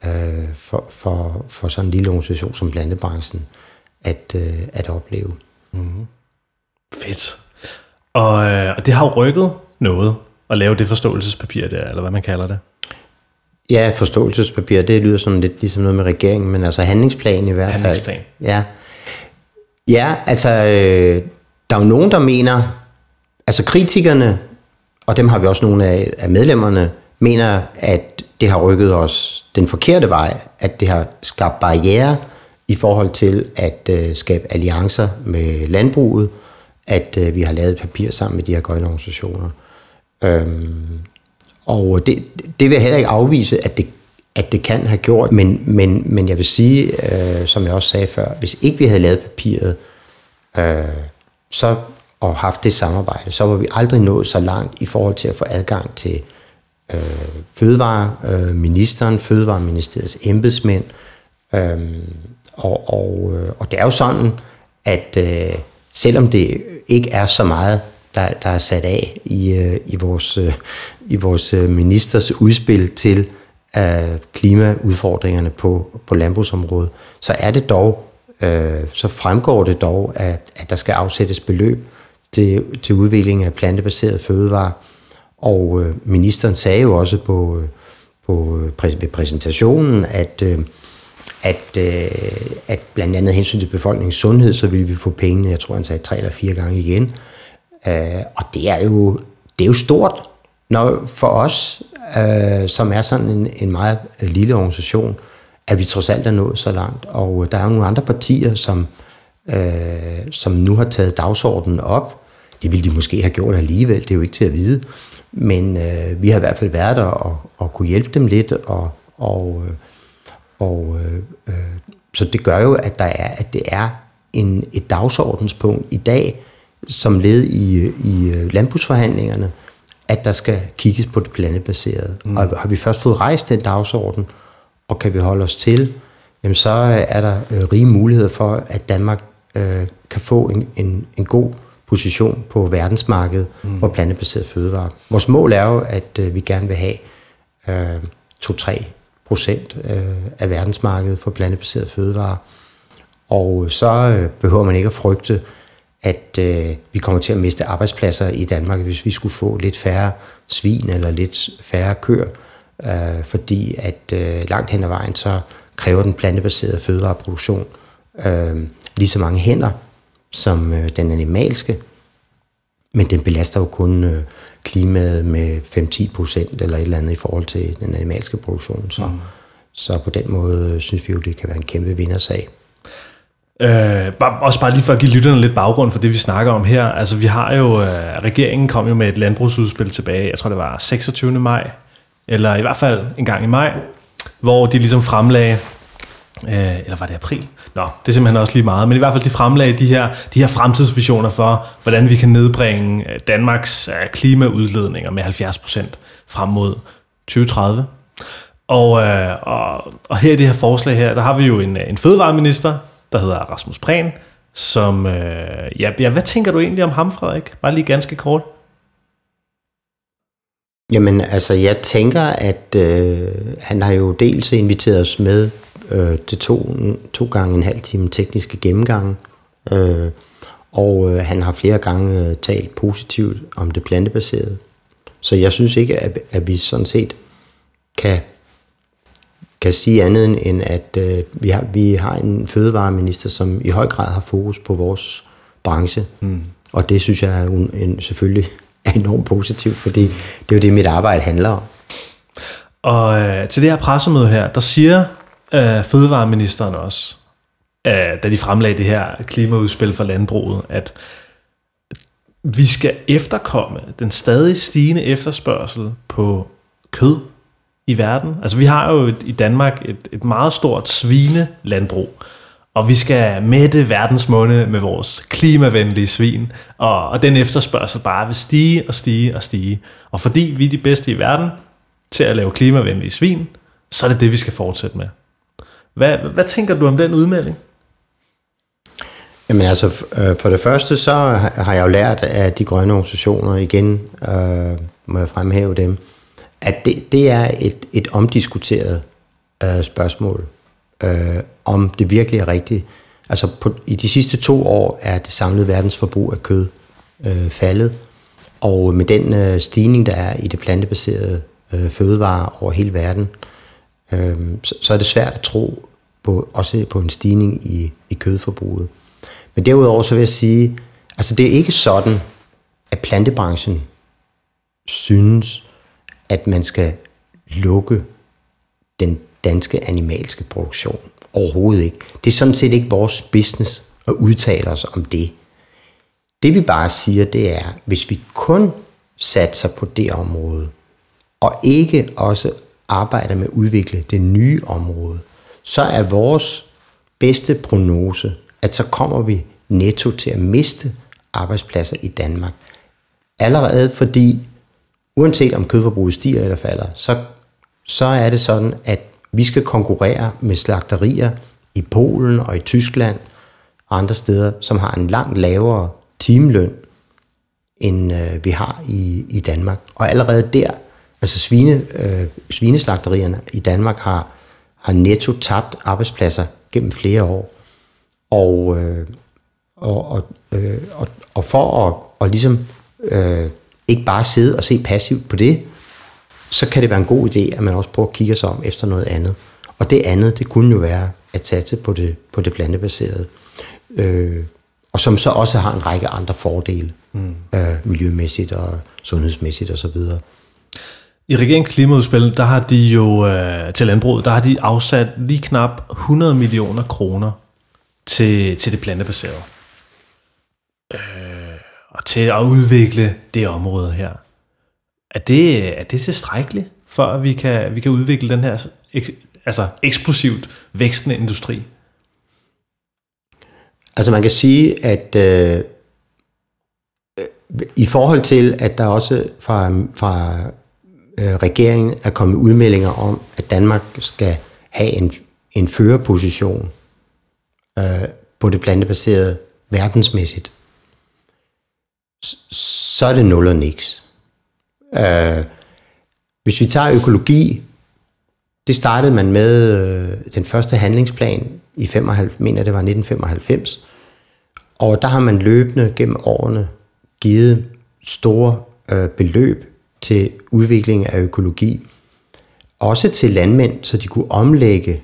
for sådan en lille organisation som plantebranchen at opleve. Mm-hmm. Fedt. Og det har jo rykket noget at lave det forståelsespapir der, eller hvad man kalder det. Ja, forståelsespapir, det lyder sådan lidt ligesom noget med regeringen, men altså handlingsplan i hvert fald. Handlingsplan. Ja, altså der er jo nogen, der mener, altså kritikerne, og dem har vi også nogle af medlemmerne, mener, at det har rykket os den forkerte vej, at det har skabt barrierer i forhold til at skabe alliancer med landbruget, at vi har lavet papir sammen med de her grønne organisationer. Og det vil jeg heller ikke afvise, at det kan have gjort, men jeg vil sige, som jeg også sagde før, hvis ikke vi havde lavet papiret, og haft det samarbejde, så var vi aldrig nået så langt i forhold til at få adgang til fødevareministeren, Fødevareministeriets embedsmænd, og det er jo sådan, at selvom det ikke er så meget, der er sat af i vores ministers udspil til klimaudfordringerne på landbrugsområdet, så er det dog, så fremgår det dog, at der skal afsættes beløb til udvikling af plantebaserede fødevarer. Og ministeren sagde jo også ved præsentationen, at blandt andet hensyn til befolkningens sundhed, så ville vi få pengene, jeg tror han sagde 3 eller 4 gange igen. Og det er jo stort for os, som er sådan en meget lille organisation, at vi trods alt er nået så langt. Og der er jo nogle andre partier, som nu har taget dagsordenen op. Det ville de måske have gjort alligevel, det er jo ikke til at vide. Men vi har i hvert fald været der og kunne hjælpe dem lidt, så det gør jo, at det er et dagsordenspunkt i dag, som led i landbrugsforhandlingerne, at der skal kigges på det plantebaserede. Og har vi først fået rejst den dagsorden, og kan vi holde os til, jamen så er der rige muligheder for, at Danmark kan få en god position på verdensmarkedet for plantebaserede fødevarer. Vores mål er jo, at vi gerne vil have 2-3% af verdensmarkedet for plantebaserede fødevarer. Og så behøver man ikke at frygte, at vi kommer til at miste arbejdspladser i Danmark, hvis vi skulle få lidt færre svin eller lidt færre køer, fordi at langt hen ad vejen, så kræver den plantebaserede fødevareproduktion lige så mange hænder som den animalske, men den belaster jo kun klimaet med 5-10% eller et eller andet i forhold til den animalske produktion. Så på den måde synes vi jo, det kan være en kæmpe vindersag. Også bare lige for at give lytterne lidt baggrund for det, vi snakker om her. Altså vi har jo, regeringen kom jo med et landbrugsudspil tilbage, jeg tror det var 26. maj, eller i hvert fald en gang i maj, hvor de ligesom fremlagde, eller var det april? Nå, det er simpelthen også lige meget, men i hvert fald de fremlagde de her fremtidsvisioner for, hvordan vi kan nedbringe Danmarks klimaudledninger med 70% frem mod 2030. Og her i det her forslag her, der har vi jo en fødevareminister, der hedder Rasmus Prehn, som, hvad tænker du egentlig om ham, Frederik? Bare lige ganske kort. Jamen, altså, jeg tænker, at han har jo dels inviteret os med til to gange en halv time tekniske gennemgange, og han har flere gange talt positivt om det plantebaserede. Så jeg synes ikke, at vi sådan set kan sige andet end, at vi har en fødevareminister, som i høj grad har fokus på vores branche. Og det synes jeg selvfølgelig er enormt positivt, fordi det er jo det, mit arbejde handler om. Og til det her pressemøde her, der siger fødevareministeren også, da de fremlagde det her klimaudspil for landbruget, at vi skal efterkomme den stadig stigende efterspørgsel på kød i verden. Altså vi har jo i Danmark et meget stort svinelandbrug, og vi skal mætte verdens munde med vores klimavenlige svin, og den efterspørgsel bare vil stige og stige og stige. Og fordi vi er de bedste i verden til at lave klimavenlige svin, så er det det, vi skal fortsætte med. Hvad tænker du om den udmelding? Jamen altså, for det første så har jeg jo lært af de grønne organisationer, igen må jeg fremhæve dem, at det er et omdiskuteret spørgsmål, om det virkelig er rigtigt. Altså i de sidste 2 år er det samlede verdensforbrug af kød faldet, og med den stigning, der er i det plantebaserede fødevarer over hele verden, så er det svært at tro også på en stigning i kødforbruget. Men derudover så vil jeg sige, altså det er ikke sådan, at plantebranchen synes, at man skal lukke den danske animalske produktion. Overhovedet ikke. Det er sådan set ikke vores business at udtale os om det. Det vi bare siger, det er, hvis vi kun satser på det område, og ikke også arbejder med at udvikle det nye område, så er vores bedste prognose, at så kommer vi netto til at miste arbejdspladser i Danmark. Allerede fordi, uanset om kødforbruget stiger eller falder, så er det sådan, at vi skal konkurrere med slagterier i Polen og i Tyskland og andre steder, som har en langt lavere timeløn, end vi har i Danmark. Og allerede der, altså svineslagterierne i Danmark har netto tabt arbejdspladser gennem flere år. Og for at ligesom ikke bare sidde og se passivt på det, så kan det være en god idé, at man også prøver at kigge sig om efter noget andet. Og det andet, det kunne jo være at satse på det plantebaserede. Og som så også har en række andre fordele, miljømæssigt og sundhedsmæssigt osv. I regeringens klimaudspil, der har de jo til landbruget, der har de afsat lige knap 100 millioner kroner til det plantebaserede. Og til at udvikle det område her. Er det tilstrækkeligt for, at vi kan udvikle den her eksplosivt vækstende industri? Altså man kan sige, at i forhold til, at der også fra regeringen er kommet udmeldinger om, at Danmark skal have en førerposition på det plantebaserede verdensmæssigt, så er det nul og niks. Hvis vi tager økologi, det startede man med den første handlingsplan i 1995, og der har man løbende gennem årene givet store beløb til udvikling af økologi, også til landmænd, så de kunne omlægge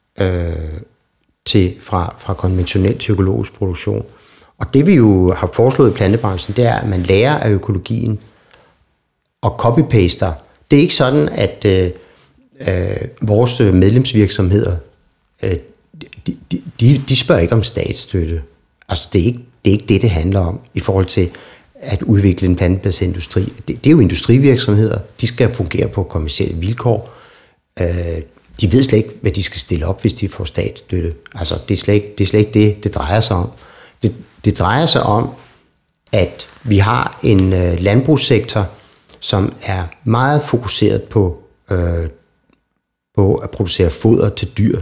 fra konventionel til økologisk produktion. Og det vi jo har foreslået i plantebranchen, det er, at man lærer af økologien og copy-paster. Det er ikke sådan, at vores medlemsvirksomheder, de spørger ikke om statsstøtte. Altså det er ikke det handler om i forhold til at udvikle en plantebaseret industri. Det er jo industrivirksomheder. De skal fungere på kommercielle vilkår. De ved slet ikke, hvad de skal stille op, hvis de får statsstøtte. Altså det er slet ikke det drejer sig om. Det drejer sig om, at vi har en landbrugssektor, som er meget fokuseret på at producere foder til dyr.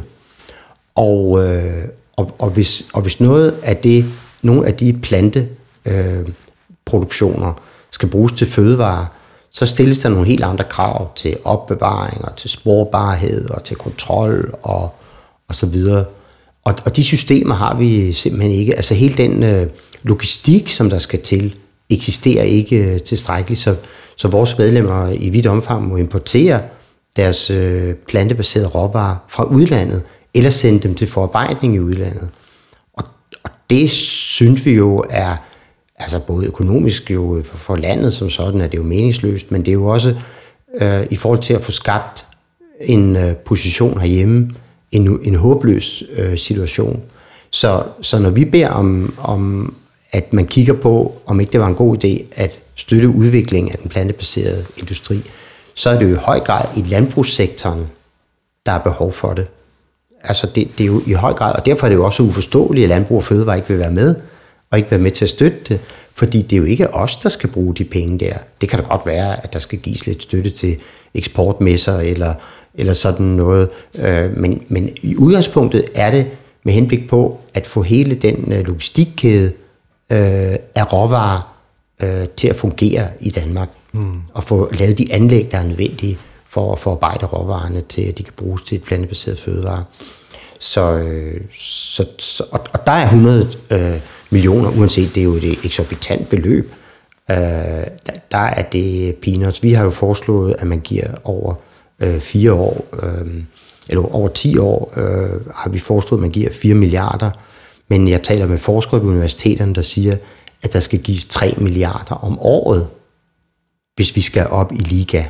Og hvis nogle af de planteproduktioner skal bruges til fødevarer, så stilles der nogle helt andre krav til opbevaring og til sporbarhed og til kontrol og så videre. Og de systemer har vi simpelthen ikke. Altså hele den logistik, som der skal til, eksisterer ikke tilstrækkeligt, så vores medlemmer i vidt omfang må importere deres plantebaserede råvarer fra udlandet, eller sende dem til forarbejdning i udlandet. Og det synes vi jo er, altså både økonomisk jo for landet som sådan, er det jo meningsløst, men det er jo også i forhold til at få skabt en position herhjemme, en håbløs situation. Så når vi beder om, at man kigger på, om ikke det var en god idé at støtte udviklingen af den plantebaserede industri, så er det jo i høj grad i landbrugssektoren, der er behov for det. Altså det er jo i høj grad, og derfor er det jo også uforståeligt, at Landbrug og Fødevare ikke vil være med, og ikke være med til at støtte det, fordi det er jo ikke os, der skal bruge de penge der. Det kan da godt være, at der skal gives lidt støtte til eksportmesser eller sådan noget, men i udgangspunktet er det med henblik på at få hele den logistikkæde af råvarer til at fungere i Danmark, og få lavet de anlæg, der er nødvendige for at forarbejde råvarerne til, at de kan bruges til et plantebaseret fødevare. Og der er 100 millioner, uanset det er jo et eksorbitant beløb, der er det peanuts. Vi har jo foreslået, at man giver over 4 år, eller over 10 år, har vi foreslået, at man giver 4 milliarder, men jeg taler med forskere på universiteterne, der siger, at der skal gives 3 milliarder om året, hvis vi skal op i liga.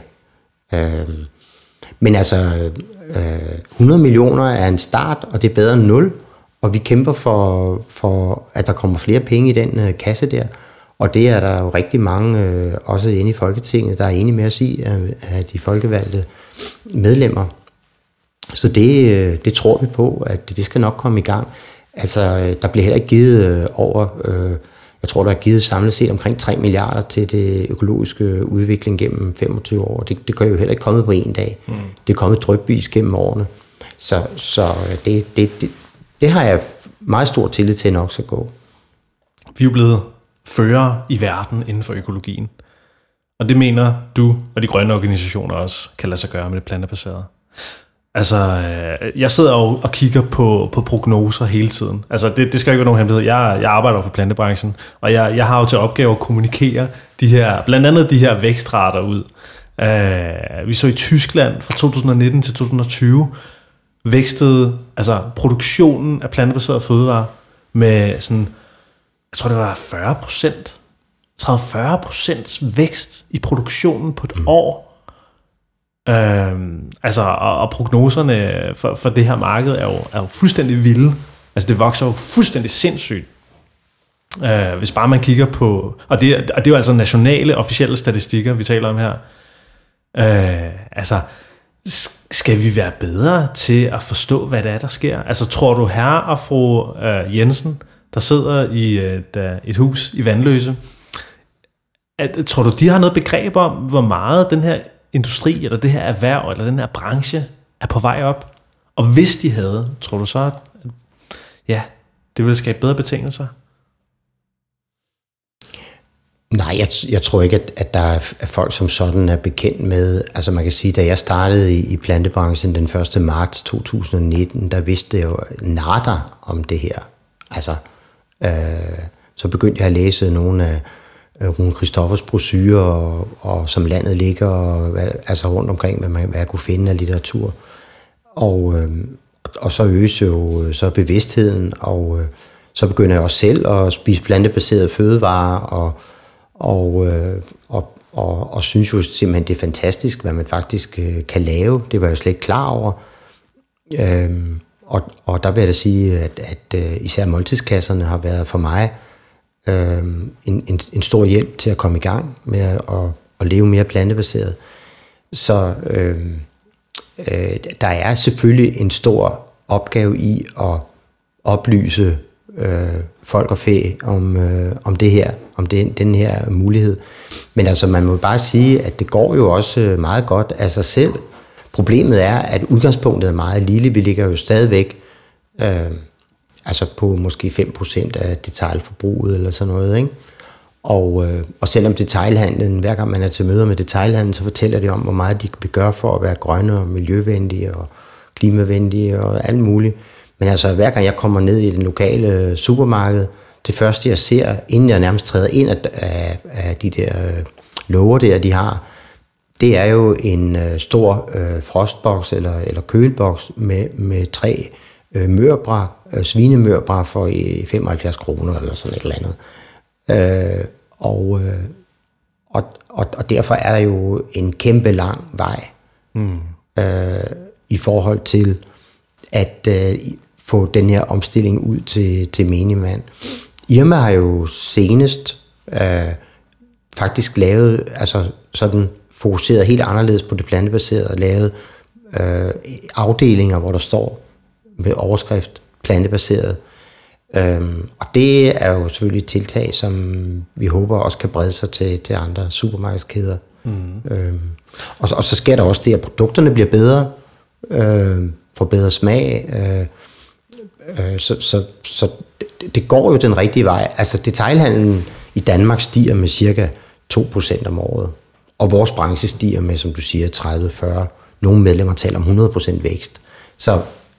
Men altså, 100 millioner er en start, og det er bedre end 0, og vi kæmper for at der kommer flere penge i den kasse der, og det er der jo rigtig mange, også inde i Folketinget, der er enige med os i, af de folkevalgte medlemmer. Så det tror vi på, at det skal nok komme i gang. Altså, der bliver heller ikke givet jeg tror, der er givet samlet set omkring 3 milliarder til det økologiske udvikling gennem 25 år. Det kan jo heller ikke komme på en dag. Det er kommet drypvis gennem årene. Så det har jeg meget stor tillid til nok skal gå. Vi er jo blevet førere i verden inden for økologien. Og det mener du og de grønne organisationer også kan lade sig gøre med det plantebaserede. Altså, jeg sidder og kigger på prognoser hele tiden. Altså, det skal ikke være nogen hemmelighed. Jeg arbejder for plantebranchen, og jeg har jo til opgave at kommunikere blandt andet de her vækstrater ud. Vi så i Tyskland fra 2019 til 2020 vækstede produktionen af plantebaserede fødevarer med sådan, jeg tror det var 40%, 30-40% vækst i produktionen på et år. Og prognoserne for det her marked er jo fuldstændig vilde. Altså det vokser jo fuldstændig sindssygt. Hvis bare man kigger på, og det er jo altså nationale officielle statistikker vi taler om her. Skal vi være bedre til at forstå hvad det er der sker? Altså tror du herre og fru Jensen, der sidder i et hus i Vanløse, tror du de har noget begreb om hvor meget den her industri, eller det her erhverv, eller den her branche, er på vej op? Og hvis de havde, tror du så, at det ville skabe bedre betingelser? Nej, jeg tror ikke, at der er folk som sådan er bekendt med, altså man kan sige, da jeg startede i plantebranchen den 1. marts 2019, der vidste jeg jo nada om det her. Altså, så begyndte jeg at læse nogle af Rune Christoffers brochurer, og som landet ligger, og rundt omkring, hvad jeg kunne finde af litteratur. Og så øges jo så bevidstheden, og så begynder jeg også selv at spise plantebaserede fødevarer, og synes jo simpelthen, det er fantastisk, hvad man faktisk kan lave. Det var jeg jo slet ikke klar over. Og der vil jeg da sige, at især måltidskasserne har været for mig en stor hjælp til at komme i gang med at leve mere plantebaseret. Så der er selvfølgelig en stor opgave i at oplyse folk og fæ om det her, om den her mulighed. Men altså, man må bare sige, at det går jo også meget godt af sig selv. Problemet er, at udgangspunktet er meget lille. Vi ligger jo stadigvæk på måske 5% af detailforbruget eller sådan noget, ikke? Og selvom detailhandlen, hver gang man er til møder med detailhandlen, så fortæller de om, hvor meget de vil gøre for at være grønne og miljøvenlige og klimavenlige og alt muligt. Men altså, hver gang jeg kommer ned i den lokale supermarked, det første jeg ser, inden jeg nærmest træder ind af de der låger der, de har, det er jo en stor frostboks eller køleboks med 3 mørbra, svinemørbra for 75 kroner eller sådan et eller andet. Og derfor er der jo en kæmpe lang vej i forhold til at få den her omstilling ud til menigmand. Irma har jo senest faktisk lavet, altså sådan fokuseret helt anderledes på det plantebaserede, og lavet afdelinger, hvor der står med overskrift plantebaseret. Og det er jo selvfølgelig et tiltag, som vi håber også kan brede sig til andre supermarkedskæder. Og så sker der også det, at produkterne bliver bedre, får bedre smag, så det går jo den rigtige vej. Altså detailhandlen i Danmark stiger med cirka 2% om året, og vores branche stiger med, som du siger, 30-40. Nogle medlemmer taler om 100% vækst. Så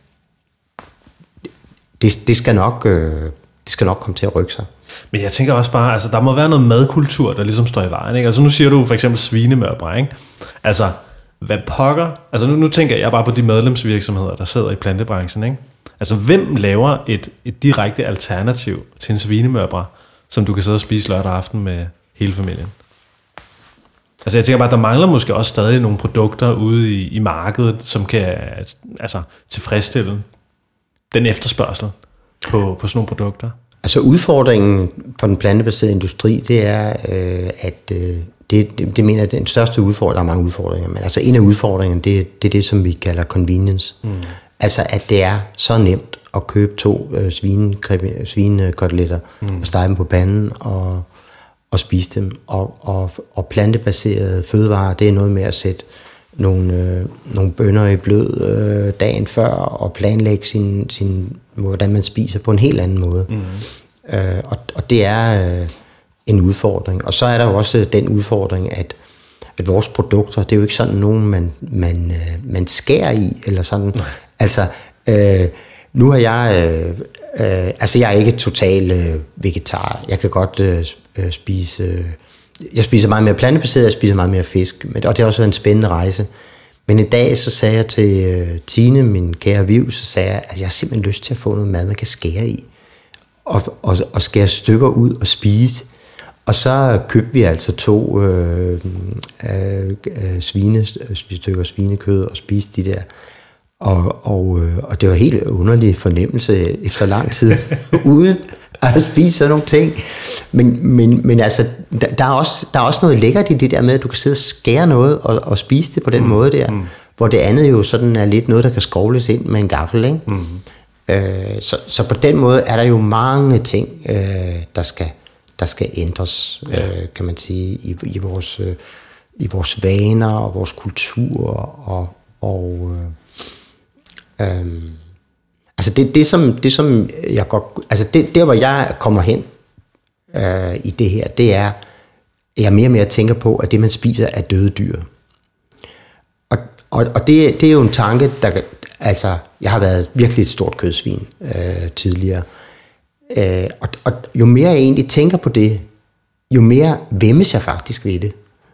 det skal nok komme til at rykke sig. Men jeg tænker også bare, altså der må være noget madkultur, der ligesom står i vejen, ikke? Altså nu siger du for eksempel svinemørbrad, ikke? Altså, hvad pokker? Altså nu tænker jeg bare på de medlemsvirksomheder, der sidder i plantebranchen, ikke? Altså, hvem laver et direkte alternativ til en svinemørbrad, som du kan sidde og spise lørdag aften med hele familien? Altså, jeg tænker bare, der mangler måske også stadig nogle produkter ude i markedet, som kan tilfredsstille den efterspørgsel på sådan nogle produkter. Altså, udfordringen for den plantebaserede industri, det er, at det mener jeg, den største udfordring, der er mange udfordringer, men altså en af udfordringerne, det er det, som vi kalder convenience. Altså, at det er så nemt at købe 2 svinekoteletter og stege dem på panden og spise dem. Og plantebaserede fødevarer, det er noget med at sætte nogle bønner i blød dagen før og planlægge hvordan man spiser på en helt anden måde. Og det er en udfordring. Og så er der jo også den udfordring, at vores produkter, det er jo ikke sådan nogen, man skærer i, eller sådan. Altså, nu har jeg... jeg er ikke total vegetar. Jeg kan godt spise... Jeg spiser meget mere plantebaseret, jeg spiser meget mere fisk. Og det har også været en spændende rejse. Men en dag, så sagde jeg til Tine, min kære Viv, så sagde jeg, at jeg har simpelthen lyst til at få noget mad, man kan skære i. Og skære stykker ud og spise. Og så købte vi altså 2 stykker svinekød og spiste de der. Og det var en helt underlig fornemmelse efter lang tid uden at spise sådan nogle ting. Men altså, der er også noget lækkert i det der med, at du kan sidde og skære noget og spise det på den måde der, hvor det andet jo sådan er lidt noget, der kan skovles ind med en gaffel, ikke? Så på den måde er der jo mange ting, der skal ændres, kan man sige, i vores vaner og vores kultur altså det som jeg godt, altså det hvor jeg kommer hen i det her, det er, jeg mere og mere tænker på, at det man spiser er døde dyr. Og det er jo en tanke, der, altså jeg har været virkelig et stort kødsvin tidligere, og jo mere jeg egentlig tænker på det, jo mere væmmes jeg faktisk ved det.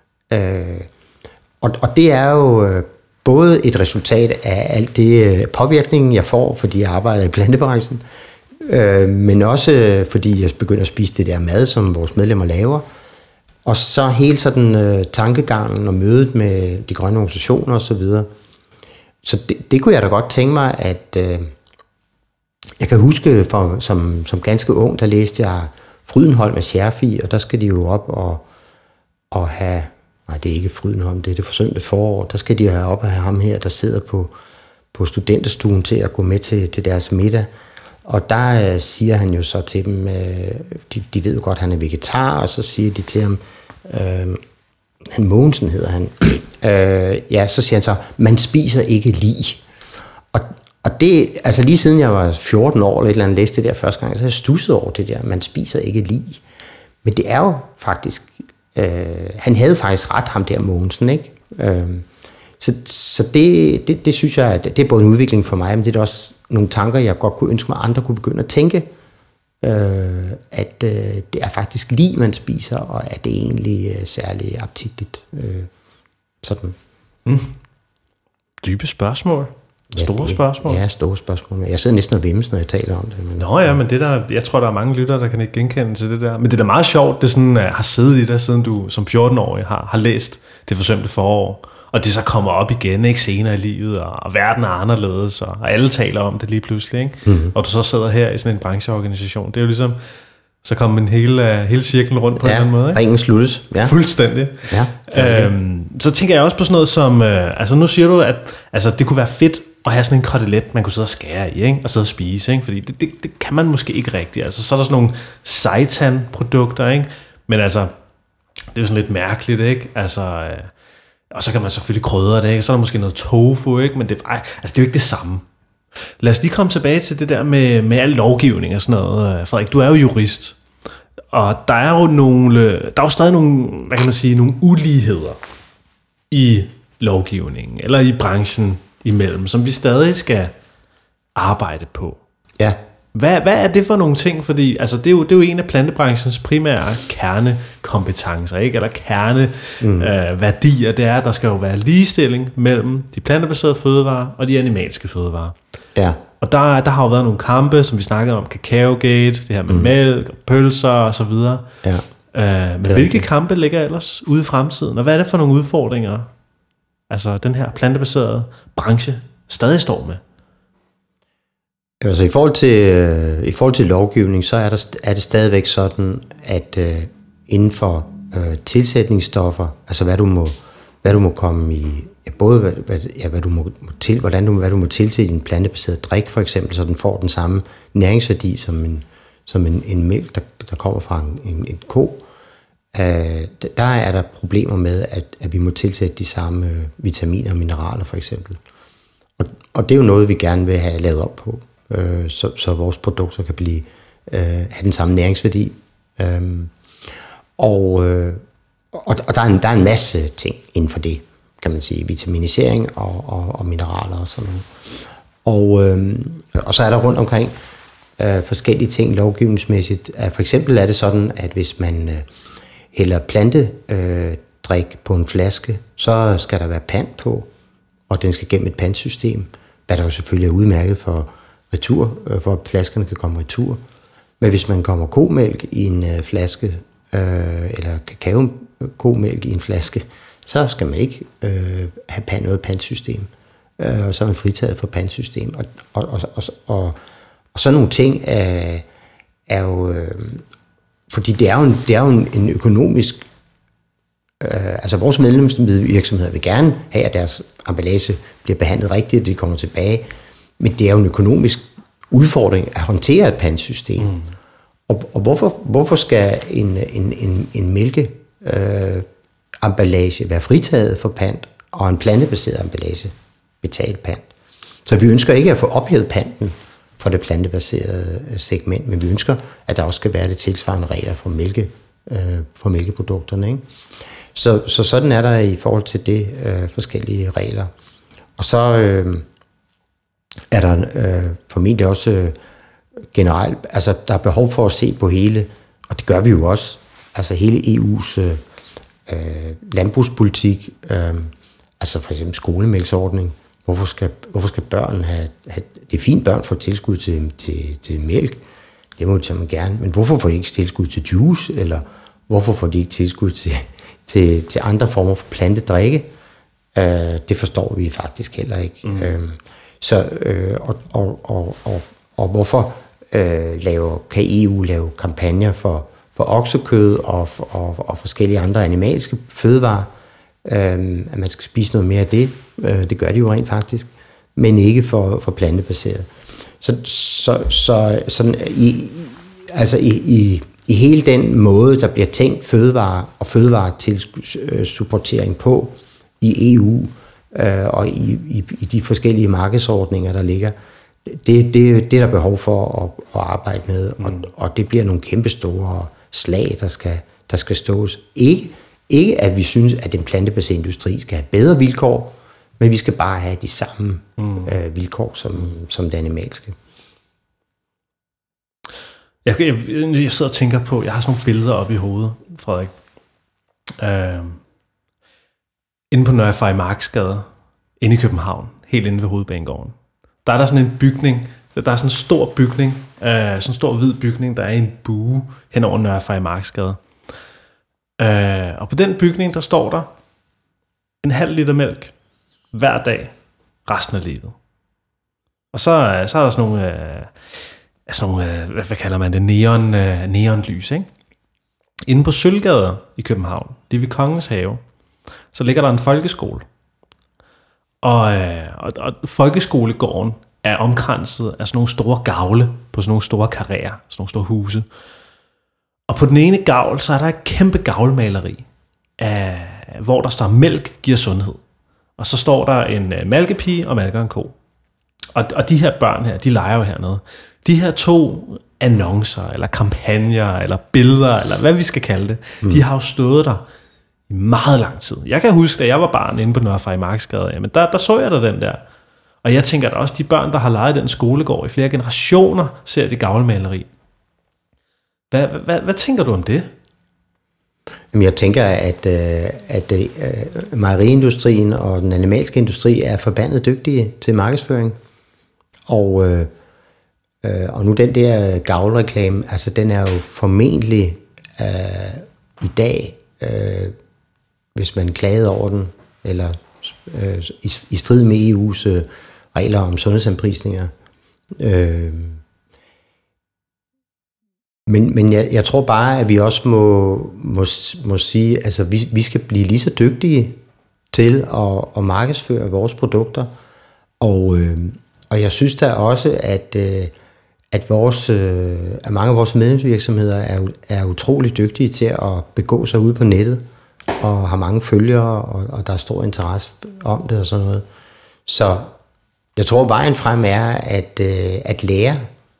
Og det er jo både et resultat af alt det påvirkning, jeg får, fordi jeg arbejder i plantebranchen, men også fordi jeg begynder at spise det der mad, som vores medlemmer laver. Og så hele sådan tankegangen og mødet med de grønne organisationer osv. Så det kunne jeg da godt tænke mig, at jeg kan huske, som ganske ung, der læste jeg Frydenholm med Scherfig, og der skal de jo op og have... Nej, det er ikke Frydenholm, det er det forsømte forår. Der skal de have op og have ham her, der sidder på studenterstuen til at gå med til deres middag. Og der siger han jo så til dem, de ved jo godt, at han er vegetar, og så siger de til ham, han Mogensen hedder han, så siger han så, man spiser ikke lig. Og det, altså lige siden jeg var 14 år, eller et eller andet, læste det der første gang, så har jeg stusset over det der, man spiser ikke lig. Men det er jo faktisk, han havde faktisk ret, ham der Mogensen, ikke? Så det synes jeg, at det er både en udvikling for mig, men det er også nogle tanker, jeg godt kunne ønske mig, at andre kunne begynde at tænke, at det er faktisk lig, man spiser, og at det egentlig er særlig appetitligt. Sådan. Dybe spørgsmål. Store spørgsmål. Ja, store spørgsmål. Jeg sidder næsten og vimmes, når jeg taler om det. Men... Nå ja, men det der, jeg tror, der er mange lyttere, der kan ikke genkende til det der. Men det er da meget sjovt, det sådan, har siddet i dig, siden du som 14-årig har læst Det forsømte forår, og det så kommer op igen, ikke, senere i livet, og verden er anderledes, og alle taler om det lige pludselig, ikke? Mm-hmm. Og du så sidder her i sådan en brancheorganisation. Det er jo ligesom, så kommer man hele cirklen rundt på en eller anden måde, ikke? Ringen sluttes. Ja. Fuldstændig. Ja. Så tænker jeg også på sådan noget som, altså nu siger du, at altså, det kunne være fedt at have sådan en kotelet, man kunne sidde og skære i, ikke? Og sidde og spise, ikke? Fordi det kan man måske ikke rigtigt. Altså, så er der sådan nogle seitan-produkter, ikke? Men altså, det er jo sådan lidt mærkeligt, ikke? Altså, og så kan man selvfølgelig krydre det, ikke? Så er der måske noget tofu, ikke? Men det er jo ikke det samme. Lad os lige komme tilbage til det der med al lovgivning og sådan noget. Frederik, du er jo jurist. Og der er jo stadig nogle, hvad kan man sige, nogle uligheder i lovgivningen, eller i branchen imellem, som vi stadig skal arbejde på. Ja. Hvad er det for nogle ting? Fordi altså, det er jo en af plantebranchens primære kernekompetencer, ikke? Eller kerneværdier. Det er, at der skal jo være ligestilling mellem de plantebaserede fødevarer og de animalske fødevarer. Ja. Og der har jo været nogle kampe, som vi snakkede om, Kakaogate, det her med mælk og pølser og så videre. Ja. Men hvilke kampe ligger ellers ude i fremtiden? Og hvad er det for nogle udfordringer, altså den her plantebaserede branche stadig står med? Altså i forhold til lovgivning, så er det stadigvæk sådan, at inden for tilsætningsstoffer, altså hvad du må komme i, både hvad du må til, hvad du må tilsætte i en plantebaseret drik for eksempel, så den får den samme næringsværdi som en mælk, der kommer fra en ko. Der er der problemer med, at vi må tilsætte de samme vitaminer og mineraler for eksempel. Og det er jo noget, vi gerne vil have lavet op på, så vores produkter kan have den samme næringsværdi. Og der er en masse ting inden for det, kan man sige, vitaminisering og mineraler og sådan noget. Og så er der rundt omkring forskellige ting lovgivningsmæssigt. For eksempel er det sådan, at hvis man hælder plantedrik på en flaske, så skal der være pant på, og den skal gennem et pantsystem, hvad der jo selvfølgelig er udmærket for retur, for at flaskerne kan komme retur. Men hvis man kommer komælk i en flaske, eller kakao-komælk i en flaske, så skal man ikke have noget pantsystem, og så er man fritaget for pantsystem. Og sådan nogle ting er jo, fordi det er jo en økonomisk, altså vores medlemsvirksomheder vil gerne have, at deres emballage bliver behandlet rigtigt, at det kommer tilbage, men det er jo en økonomisk udfordring at håndtere et pantsystem. Og hvorfor skal en mælke emballage være fritaget for pant, og en plantebaseret emballage betale pant? Så vi ønsker ikke at få ophævet panten for det plantebaserede segment, men vi ønsker, at der også skal være det tilsvarende regler for mælkeprodukterne, ikke? Så sådan er der i forhold til det forskellige regler. Og så er der formentlig også generelt, altså der er behov for at se på hele, og det gør vi jo også, altså hele EU's landbrugspolitik, altså for eksempel skolemælksordning. Hvorfor skal børn have det er fint, børn får tilskud til mælk, det må de gerne, men hvorfor får de ikke tilskud til juice, eller hvorfor får de ikke tilskud til andre former for plantedrikke? Det forstår vi faktisk heller ikke. Og hvorfor kan EU lave kampagner for oksekød og forskellige andre animalske fødevarer, at man skal spise noget mere af det. Det gør de jo rent faktisk, men ikke for plantebaseret. Så sådan i hele den måde, der bliver tænkt fødevarer og fødevaretilsupportering på i EU og i de forskellige markedsordninger, der ligger, det er der behov for at arbejde med, og det bliver nogle kæmpe store slag, der skal stås. Ikke at vi synes, at den plantebaserede industri skal have bedre vilkår, men vi skal bare have de samme vilkår som den animalske. Jeg sidder og tænker på, jeg har sådan nogle billeder oppe i hovedet, Frederik. Inde på Nørre Farimagsgade, inde i København, helt inde ved Hovedbanegården. Der er der sådan en bygning, der er sådan en stor bygning, sådan en stor hvid bygning, der er i en bue hen over Nørre Farimagsgade. Og på den bygning, der står der 1,5 liter mælk hver dag resten af livet. Og så er der sådan nogle, hvad kalder man det, neonlys, ikke? Inde på Sølvgade i København, det er ved Kongens Have, så ligger der en folkeskole. Og folkeskolegården er omkranset af sådan nogle store gavle på sådan nogle store karréer, sådan nogle store huse. Og på den ene gavl, så er der et kæmpe gavlmaleri, hvor der står, mælk giver sundhed. Og så står der en malkepige og malker en ko. Og de her børn her, de leger jo hernede. De her 2 annoncer, eller kampagner, eller billeder, eller hvad vi skal kalde det, de har jo stået der i meget lang tid. Jeg kan huske, da jeg var barn inde på Nørre Farimagsgade, jamen der så jeg da den der. Og jeg tænker, at også de børn, der har leget den skolegård i flere generationer, ser det gavlmaleri. Hvad tænker du om det? Jamen, jeg tænker, at mejeriindustrien og den animalske industri er forbandet dygtige til markedsføring. Og nu den der gavlreklame, altså den er jo formentlig i dag, hvis man klagede over den, eller i strid med EU's regler om sundhedsanprisninger. Men jeg tror bare, at vi også må sige, altså vi skal blive lige så dygtige til at markedsføre vores produkter. Og jeg synes da også, at mange af vores medlemsvirksomheder er utrolig dygtige til at begå sig ude på nettet, og har mange følgere, og der er stor interesse om det og sådan noget. Så jeg tror, vejen frem er at lære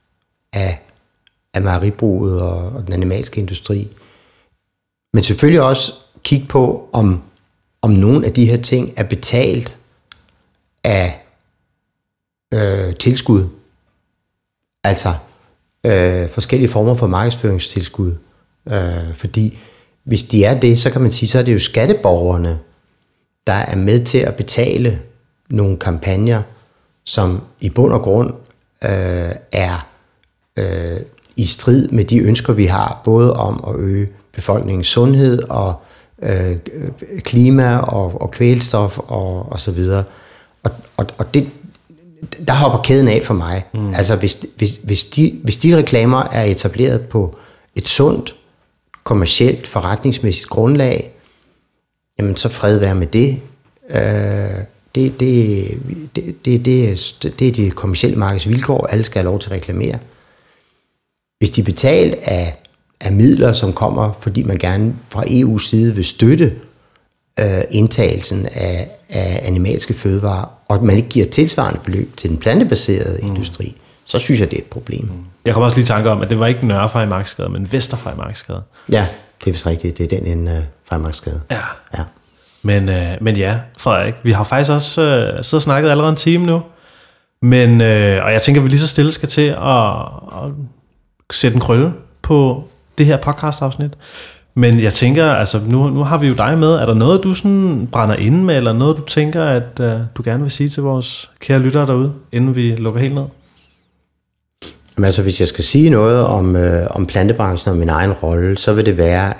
af mejeribruget og den animalske industri. Men selvfølgelig også kigge på, om nogle af de her ting er betalt af tilskud. Altså forskellige former for markedsføringstilskud. Fordi hvis de er det, så kan man sige, så er det jo skatteborgerne, der er med til at betale nogle kampagner, som i bund og grund er i strid med de ønsker, vi har, både om at øge befolkningens sundhed og klima og kvælstof og så videre. Og det, der hopper kæden af for mig. Altså hvis de reklamer er etableret på et sundt, kommercielt, forretningsmæssigt grundlag, jamen så fred være med det. Det er de kommercielle markedsvilkår, alle skal have lov til at reklamere. Hvis de er betalt af midler, som kommer, fordi man gerne fra EU's side vil støtte indtagelsen af animalske fødevarer, og man ikke giver tilsvarende beløb til den plantebaserede industri, så synes jeg, det er et problem. Jeg kommer også lige i tanke om, at det var ikke Nørre Farimagsgade, men Vester Farimagsgade. Ja, det er vist rigtigt. Det er den en Farimagsgade. Ja. Men ja, Frederik, vi har faktisk også siddet og snakket allerede en time nu, og jeg tænker, at vi lige så stille skal til at sætte en krølle på det her podcast-afsnit. Men jeg tænker, altså nu har vi jo dig med. Er der noget, du sådan brænder inde med, eller noget, du tænker, at du gerne vil sige til vores kære lyttere derude, inden vi lukker helt ned? Jamen, altså, hvis jeg skal sige noget om plantebranchen og min egen rolle, så vil det være,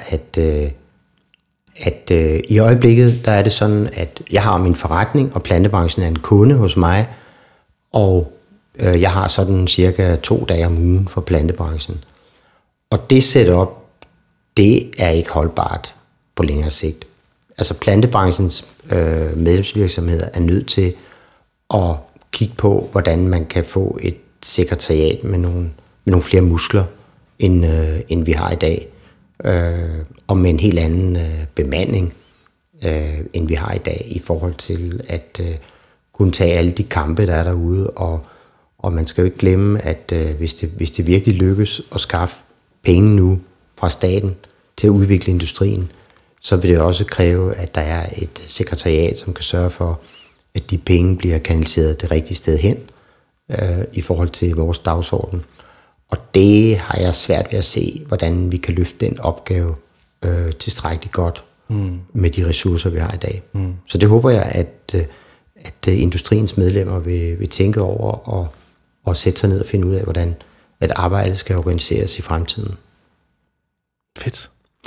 at i øjeblikket, der er det sådan, at jeg har min forretning, og plantebranchen er en kunde hos mig, og jeg har sådan cirka 2 dage om ugen for plantebranchen. Og det setup, det er ikke holdbart på længere sigt. Altså plantebranchens medlemsvirksomheder er nødt til at kigge på, hvordan man kan få et sekretariat med nogle flere muskler, end vi har i dag. Og med en helt anden bemanding, end vi har i dag, i forhold til at kunne tage alle de kampe, der er derude. Og man skal jo ikke glemme, at hvis det virkelig lykkes at skaffe penge nu fra staten til at udvikle industrien, så vil det også kræve, at der er et sekretariat, som kan sørge for, at de penge bliver kanaliseret det rigtige sted hen i forhold til vores dagsorden. Og det har jeg svært ved at se, hvordan vi kan løfte den opgave tilstrækkeligt godt med de ressourcer, vi har i dag. Så det håber jeg, at industriens medlemmer vil tænke over og sætte sig ned og finde ud af, hvordan at arbejdet skal organiseres i fremtiden. Fedt.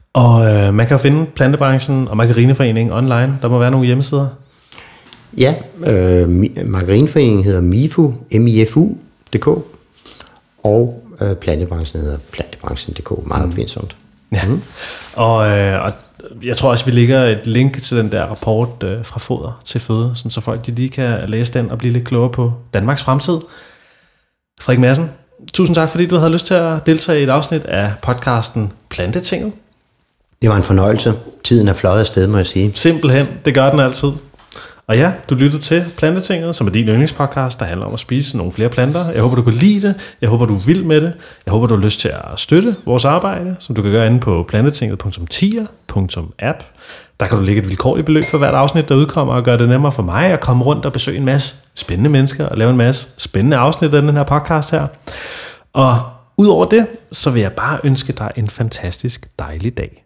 Og man kan jo finde Plantebranchen og Margarineforeningen online. Der må være nogle hjemmesider. Ja, Margarineforeningen hedder MIFU, MIFU.dk, og Plantebranchen hedder plantebranchen.dk, meget opfindsomt. Ja, og jeg tror også, vi lægger et link til den der rapport fra Foder til Føde, så folk de lige kan læse den og blive lidt klogere på Danmarks fremtid. Frederik Madsen, tusind tak, fordi du havde lyst til at deltage i et afsnit af podcasten Plantetinget. Det var en fornøjelse. Tiden er fløjet afsted, må jeg sige. Simpelthen, det gør den altid. Og ja, du lyttede til Plantetinget, som er din yndlingspodcast, der handler om at spise nogle flere planter. Jeg håber, du kan lide det. Jeg håber, du vil med det. Jeg håber, du har lyst til at støtte vores arbejde, som du kan gøre inde på plantetinget.tier.app. Der kan du lægge et vilkårligt beløb for hvert afsnit, der udkommer, og gøre det nemmere for mig at komme rundt og besøge en masse spændende mennesker og lave en masse spændende afsnit af den her podcast her. Og udover det, så vil jeg bare ønske dig en fantastisk dejlig dag.